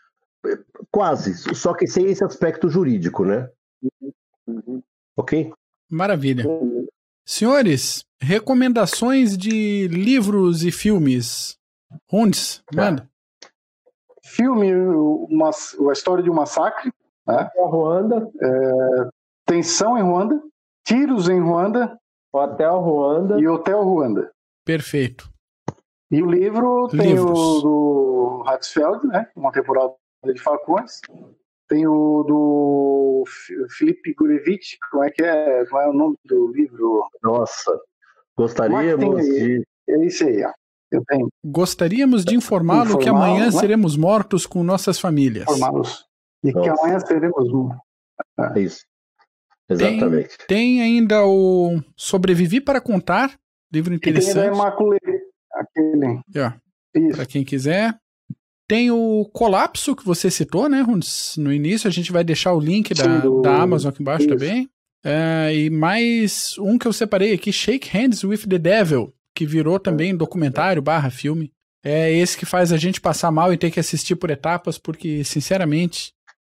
Quase, só que sem esse aspecto jurídico, né? Uhum. Ok? Maravilha. Senhores, recomendações de livros e filmes. Hundes, manda. Filme, a história de um massacre. Né? Ruanda. Tensão em Ruanda. Tiros em Ruanda. Hotel Ruanda. E Hotel Ruanda. Perfeito. E o livro tem o do Hatzfeld, né? Uma temporada de Falcões. Tem o do Felipe Gurevich. Como é que é? Qual é o nome do livro? Nossa, gostaríamos de... É isso aí, ó. Eu tenho. Gostaríamos de informá-lo que amanhã seremos mortos com nossas famílias. Informá-los. E que amanhã seremos mortos. É isso. Exatamente. Tem ainda o Sobrevivi para Contar, livro interessante. E tem ainda Imaculée, aquele. Isso. Para quem quiser. Tem o Colapso, que você citou, né, Hundes? No início, a gente vai deixar o link da Amazon aqui embaixo também. E mais um que eu separei aqui, Shake Hands with the Devil, que virou também documentário / filme. É esse que faz a gente passar mal e ter que assistir por etapas, porque, sinceramente,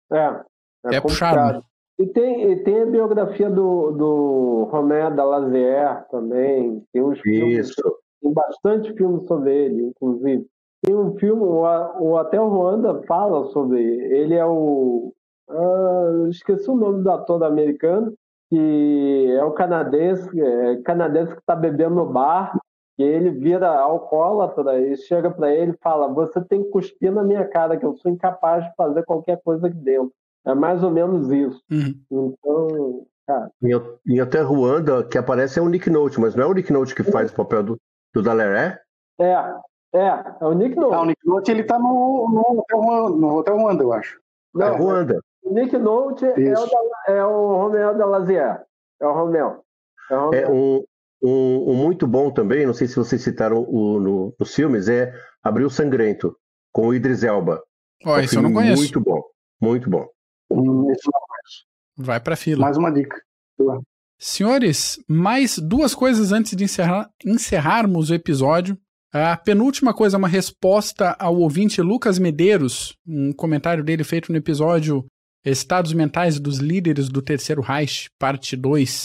é puxado. Né? E tem a biografia do Romain Dalazère também. Tem uns filmes, tem bastante filmes sobre ele, inclusive. Tem um filme, o Hotel Ruanda fala sobre ele. É esqueci o nome do ator americano, que é o canadense que está bebendo no bar, e ele vira alcoólatra e chega para ele e fala: você tem que cuspir na minha cara, que eu sou incapaz de fazer qualquer coisa aqui dentro. É mais ou menos isso. Então, cara... Em Hotel Ruanda, que aparece é o Nick Nolte, mas não é o Nick Nolte que faz o papel do Dallaré? É o Nick Nolte. O Nick Nolte, ele tá no Hotel Ruanda, eu acho. Não, é Ruanda. O Nick Nolte é o Romain Dalazère. É o Romeu. É um muito bom também, não sei se vocês citaram nos filmes, é Abril Sangrento, com o Idris Elba. Isso eu não conheço. Muito bom, muito bom. Vai pra fila. Mais uma dica. Senhores, mais duas coisas antes de encerrarmos o episódio. A penúltima coisa é uma resposta ao ouvinte Lucas Medeiros, um comentário dele feito no episódio Estados Mentais dos Líderes do Terceiro Reich, parte 2,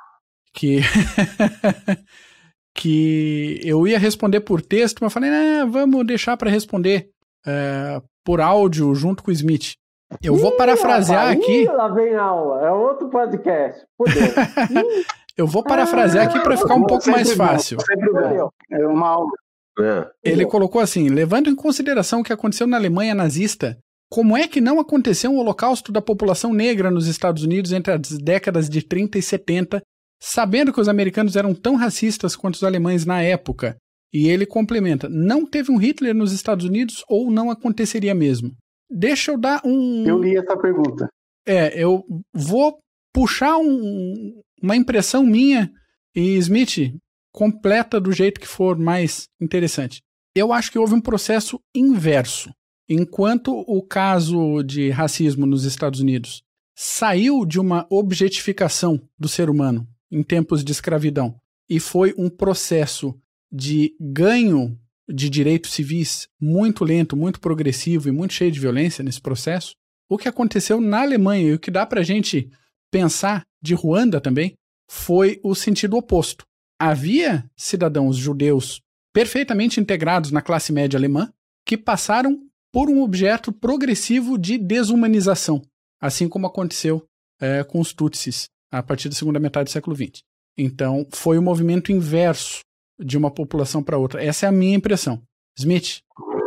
que eu ia responder por texto, mas falei, vamos deixar para responder por áudio junto com o Smith. Eu vou parafrasear aqui. Lá vem aula, é outro podcast. Eu vou parafrasear aqui para ficar um pouco mais fácil. É uma aula. Ele colocou assim: levando em consideração o que aconteceu na Alemanha nazista, como é que não aconteceu um holocausto da população negra nos Estados Unidos entre as décadas de 30 e 70, sabendo que os americanos eram tão racistas quanto os alemães na época? E ele complementa: não teve um Hitler nos Estados Unidos ou não aconteceria mesmo? Deixa eu dar Eu li essa pergunta. Eu vou puxar uma impressão minha e Smith completa do jeito que for mais interessante. Eu acho que houve um processo inverso. Enquanto o caso de racismo nos Estados Unidos saiu de uma objetificação do ser humano em tempos de escravidão e foi um processo de ganho de direitos civis muito lento, muito progressivo e muito cheio de violência nesse processo, o que aconteceu na Alemanha e o que dá pra gente pensar de Ruanda também foi o sentido oposto. Havia cidadãos judeus perfeitamente integrados na classe média alemã que passaram por um objeto progressivo de desumanização, assim como aconteceu com os Tutsis a partir da segunda metade do século XX. Então, foi o movimento inverso de uma população para outra. Essa é a minha impressão. Smith?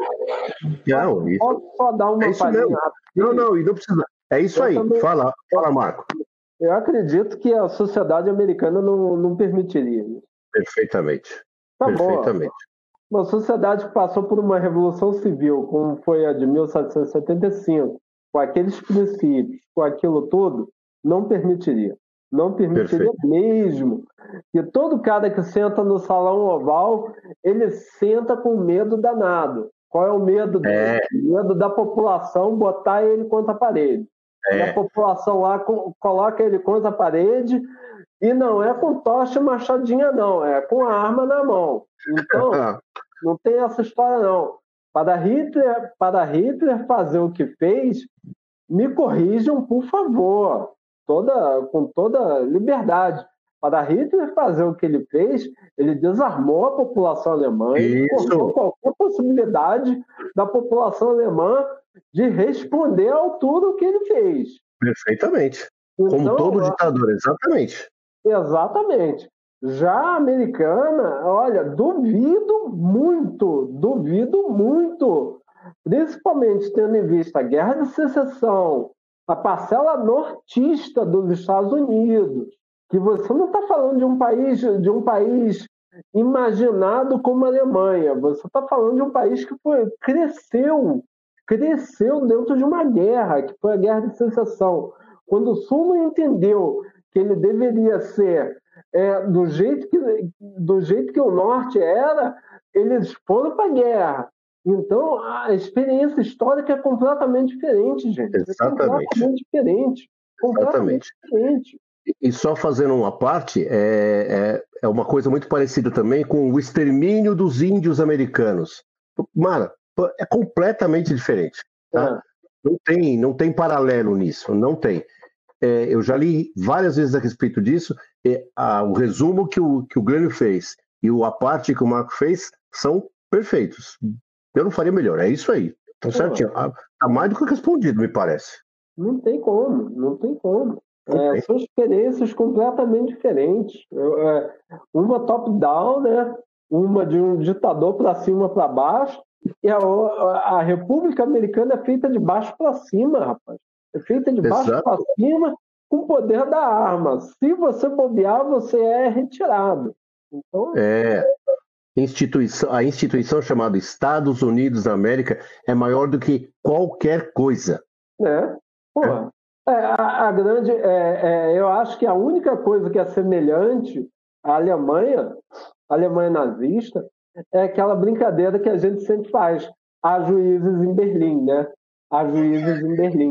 Posso só dar uma palhinha? Não precisa. É isso aí. Também... Fala, Marco. Eu acredito que a sociedade americana não permitiria isso. Perfeitamente. Perfeitamente. Uma sociedade que passou por uma revolução civil, como foi a de 1775, com aqueles princípios, com aquilo tudo, não permitiria. Não permitiria mesmo. E todo cara que senta no salão oval, ele senta com medo danado. Qual é o medo dele? O medo da população botar ele contra a parede. E a população lá coloca ele contra a parede e não é com tocha e machadinha, não. É com a arma na mão. Então, não tem essa história, não. Para Hitler fazer o que fez, me corrijam, por favor. Com toda liberdade. Para Hitler fazer o que ele fez, ele desarmou a população alemã e cortou qualquer possibilidade da população alemã de responder à altura o que ele fez. Perfeitamente. Então, como todo ditador, exatamente. Exatamente. Já a americana, olha, duvido muito, principalmente tendo em vista a Guerra de Secessão, a parcela nortista dos Estados Unidos, que você não está falando de um país imaginado como a Alemanha, você está falando de um país que cresceu dentro de uma guerra, que foi a Guerra de Secessão. Quando o Sul não entendeu que ele deveria ser do jeito que o Norte era, eles foram para a guerra. Então, a experiência histórica é completamente diferente, gente. Exatamente. Completamente diferente. E só fazendo uma parte, é uma coisa muito parecida também com o extermínio dos índios americanos. Mano, é completamente diferente. Tá? Não tem paralelo nisso, não tem. Eu já li várias vezes a respeito disso. O resumo que o Glênio fez e a parte que o Marco fez são perfeitos. Eu não faria melhor, é isso aí. Então, certinho. Tá mais do que respondido, me parece. Não tem como. São experiências completamente diferentes. Uma top-down, né? Uma de um ditador para cima, para baixo, e a República Americana é feita de baixo para cima, rapaz. É feita de baixo para cima com o poder da arma. Se você bobear, você é retirado. Então, a instituição chamada Estados Unidos da América é maior do que qualquer coisa. Eu acho que a única coisa que é semelhante à Alemanha nazista, é aquela brincadeira que a gente sempre faz. Há juízes em Berlim, né? Há juízes em Berlim.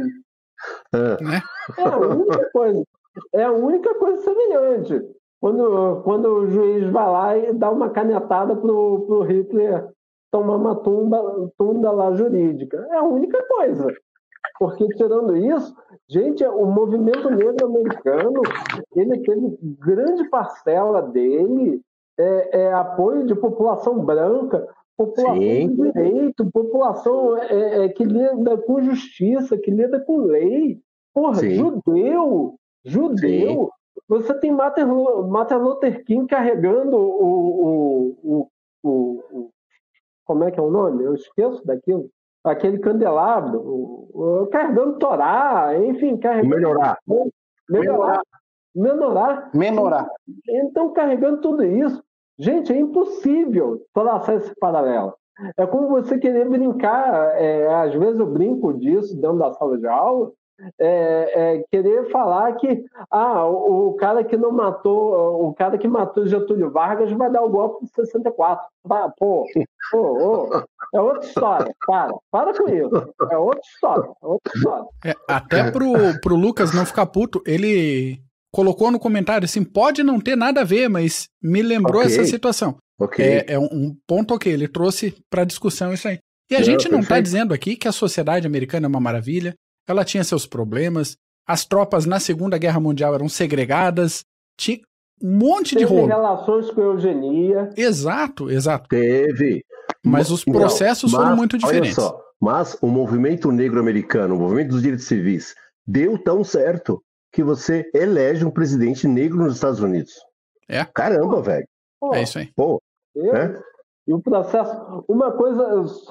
É a única coisa semelhante. Quando o juiz vai lá e dá uma canetada pro Hitler tomar uma tunda lá jurídica. É a única coisa. Porque, tirando isso, gente, o movimento negro americano, ele teve grande parcela dele apoio de população branca, população de direito, população que lida com justiça, que lida com lei. Porra, judeu. Você tem Martin Luther King carregando como é que é o nome? Eu esqueço daquilo. Aquele candelabro, carregando Torá, enfim, carregando... Menorar. Então, carregando tudo isso, gente, é impossível traçar esse paralelo. É como você querer brincar, às vezes eu brinco disso dentro da sala de aula, querer falar que o cara que matou Getúlio Vargas vai dar o golpe de 64. É outra história. Para com isso. É outra história. Até pro Lucas não ficar puto, ele colocou no comentário assim, pode não ter nada a ver, mas me lembrou essa situação. É um ponto ele trouxe para discussão isso aí. E a gente não está dizendo aqui que a sociedade americana é uma maravilha. Ela tinha seus problemas, as tropas na Segunda Guerra Mundial eram segregadas, tinha um monte de rolo. Teve relações com eugenia. Exato. Teve. Mas os processos foram muito diferentes. Olha só, mas o movimento negro americano, o movimento dos direitos civis, deu tão certo que você elege um presidente negro nos Estados Unidos. Caramba, velho. É isso aí. E o processo, uma coisa só,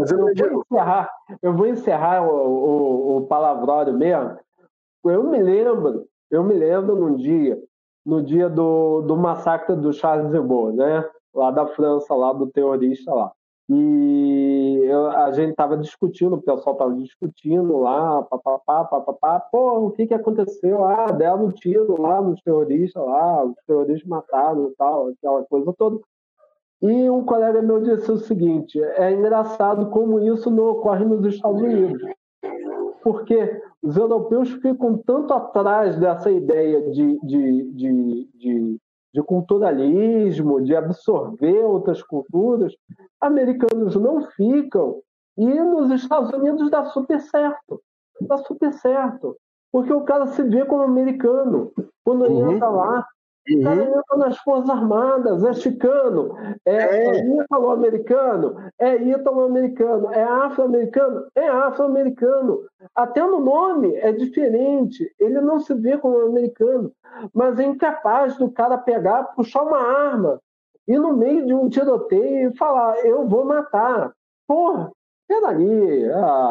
eu vou encerrar o palavrório mesmo. Eu me lembro no dia do massacre do Charles Hebdo, né? Lá da França, lá do terrorista lá. E a gente estava discutindo, o pessoal estava discutindo lá, pô, o que aconteceu? Deram um tiro lá nos terroristas lá, os terroristas mataram e tal, aquela coisa toda. E um colega meu disse o seguinte: é engraçado como isso não ocorre nos Estados Unidos, porque os europeus ficam tanto atrás dessa ideia de culturalismo, de absorver outras culturas, americanos não ficam, e nos Estados Unidos dá super certo, porque o cara se vê como americano, quando entra lá. O cara entra nas Forças Armadas, é chicano, é ítalo-americano, é afro-americano, é afro-americano. Até no nome é diferente, ele não se vê como americano, mas é incapaz do cara pegar, puxar uma arma, ir no meio de um tiroteio e falar: eu vou matar. Porra, peraí,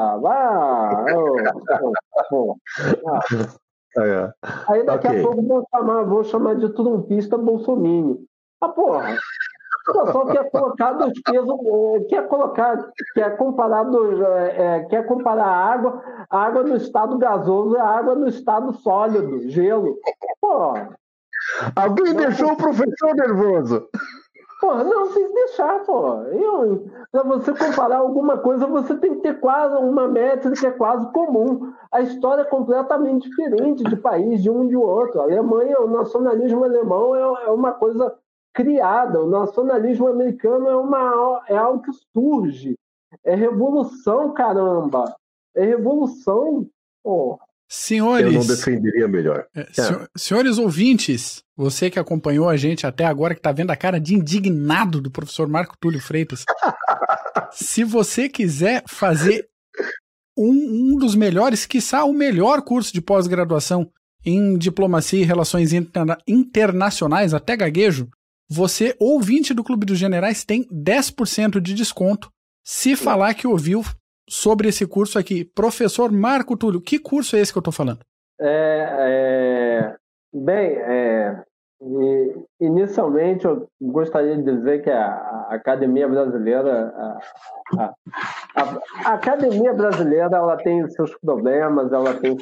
Aí daqui a pouco vou chamar de trumpista bolsominion. Porra, o pessoal quer colocar dos pesos, quer comparar a água no estado gasoso e a água no estado sólido, gelo. Porra. Alguém deixou o professor nervoso. Porra, não, tem que deixar, porra. Para você comparar alguma coisa, você tem que ter quase uma métrica quase comum. A história é completamente diferente de país, de um e de outro. A Alemanha, o nacionalismo alemão é uma coisa criada. O nacionalismo americano é algo que surge. É revolução, caramba. É revolução, porra. Senhores, eu não defenderia melhor. Senhores ouvintes, você que acompanhou a gente até agora, que está vendo a cara de indignado do professor Marco Túlio Freitas, se você quiser fazer um dos melhores, quiçá o melhor curso de pós-graduação em diplomacia e relações internacionais, até gaguejo, você, ouvinte do Clube dos Generais, tem 10% de desconto se falar que ouviu sobre esse curso aqui. Professor Marco Túlio, que curso é esse que eu estou falando? Inicialmente eu gostaria de dizer que a Academia Brasileira a Academia Brasileira, ela tem seus problemas, ela tem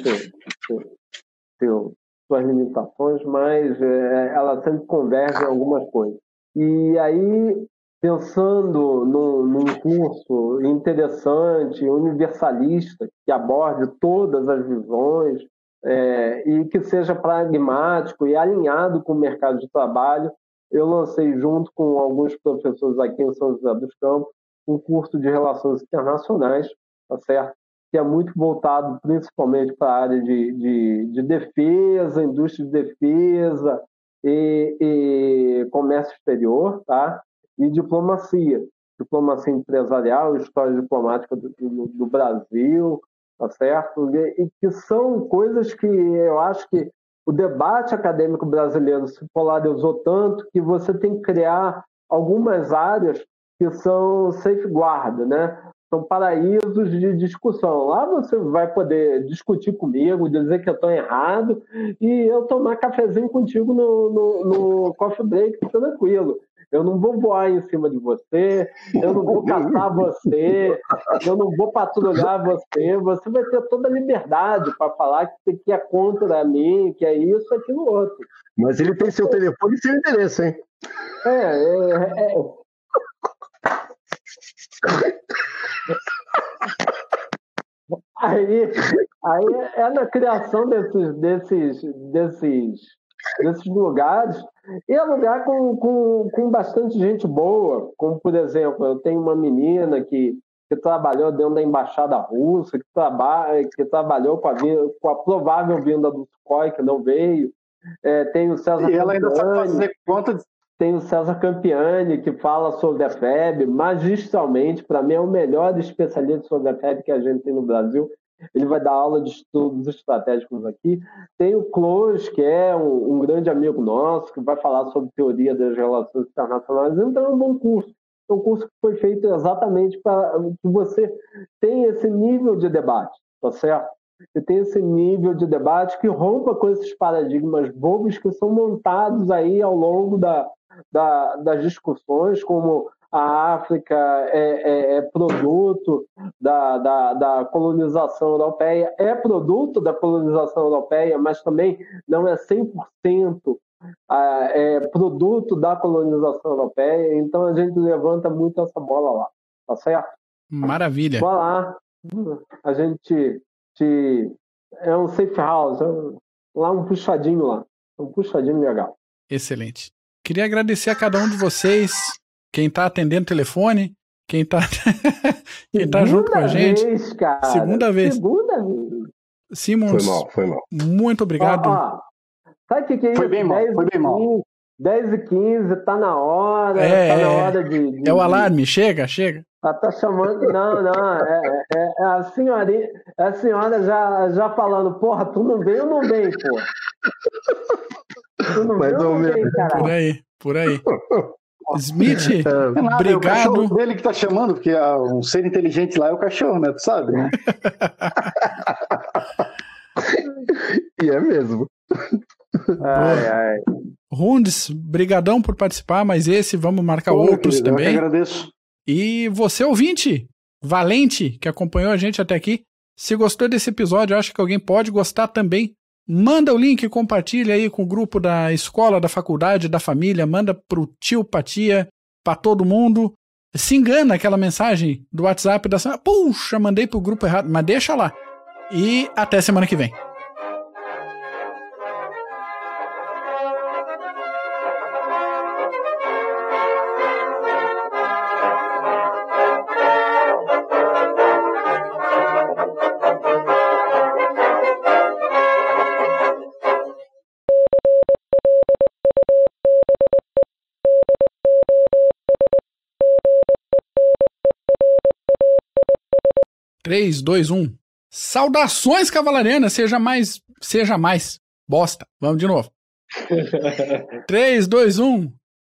suas limitações, mas ela sempre converge em algumas coisas. E aí, pensando num curso interessante, universalista, que aborde todas as visões e que seja pragmático e alinhado com o mercado de trabalho, eu lancei, junto com alguns professores aqui em São José dos Campos, um curso de Relações Internacionais, tá certo? Que é muito voltado principalmente para a área de defesa, indústria de defesa e comércio exterior, tá? E diplomacia empresarial, história diplomática do Brasil, tá certo? E que são coisas que eu acho que o debate acadêmico brasileiro se polarizou tanto que você tem que criar algumas áreas que são safeguard, né? São paraísos de discussão. Lá você vai poder discutir comigo, dizer que eu estou errado e eu tomar cafezinho contigo no coffee break, tranquilo. Eu não vou voar em cima de você, eu não vou caçar você, eu não vou patrulhar você. Você vai ter toda a liberdade para falar que é contra mim, que é isso, aquilo, outro. Mas ele tem seu telefone e seu endereço, hein? Aí é na criação desses lugares, e é lugar com bastante gente boa, como, por exemplo, eu tenho uma menina que trabalhou dentro da embaixada russa, que trabalhou com a provável vinda do Sukhoi, que não veio. Tem o César e ela ainda sabe fazer conta de... Tem o César Campiani, que fala sobre a FEB magistralmente. Para mim é o melhor especialista sobre a FEB que a gente tem no Brasil. Ele vai dar aula de estudos estratégicos aqui. Tem o Close, que é um grande amigo nosso, que vai falar sobre teoria das relações internacionais. Então é um bom curso. É um curso que foi feito exatamente para que você tenha esse nível de debate, tá certo? Você tem esse nível de debate que rompa com esses paradigmas bobos que são montados aí ao longo das discussões, como a África é produto da colonização europeia, é produto da colonização europeia, mas também não é 100% produto da colonização europeia. Então a gente levanta muito essa bola lá, tá certo? Maravilha. Vai lá, a gente é um safe house, lá um puxadinho legal. Excelente. Queria agradecer a cada um de vocês, quem está atendendo o telefone, quem está junto com a gente. Segunda vez. Simons, foi mal. Muito obrigado. Sabe o que é isso? Foi bem mal. 10h15, tá na hora. Tá na hora de. É o alarme, chega. Tá chamando. Não. É a senhorinha. A senhora já falando, porra, tu não vem ou não vem, porra? Tu não vem ou não vem, caralho? Por aí. Smith, obrigado. É o cachorro dele que tá chamando, porque um ser inteligente lá é o cachorro, né? Tu sabe, né? E é mesmo. Ai. Rundes, brigadão por participar, mas vamos marcar outros querido, também. Eu que agradeço. E você, ouvinte, valente, que acompanhou a gente até aqui, se gostou desse episódio, acha que alguém pode gostar também, manda o link, compartilha aí com o grupo da escola, da faculdade, da família, manda pro tio, pra tia, pra todo mundo. Se engana aquela mensagem do WhatsApp da semana, puxa, mandei pro grupo errado, mas deixa lá. E até semana que vem. Três, dois, 1. Saudações, Cavalarianas! Seja mais bosta. Vamos de novo. 3, 2, 1.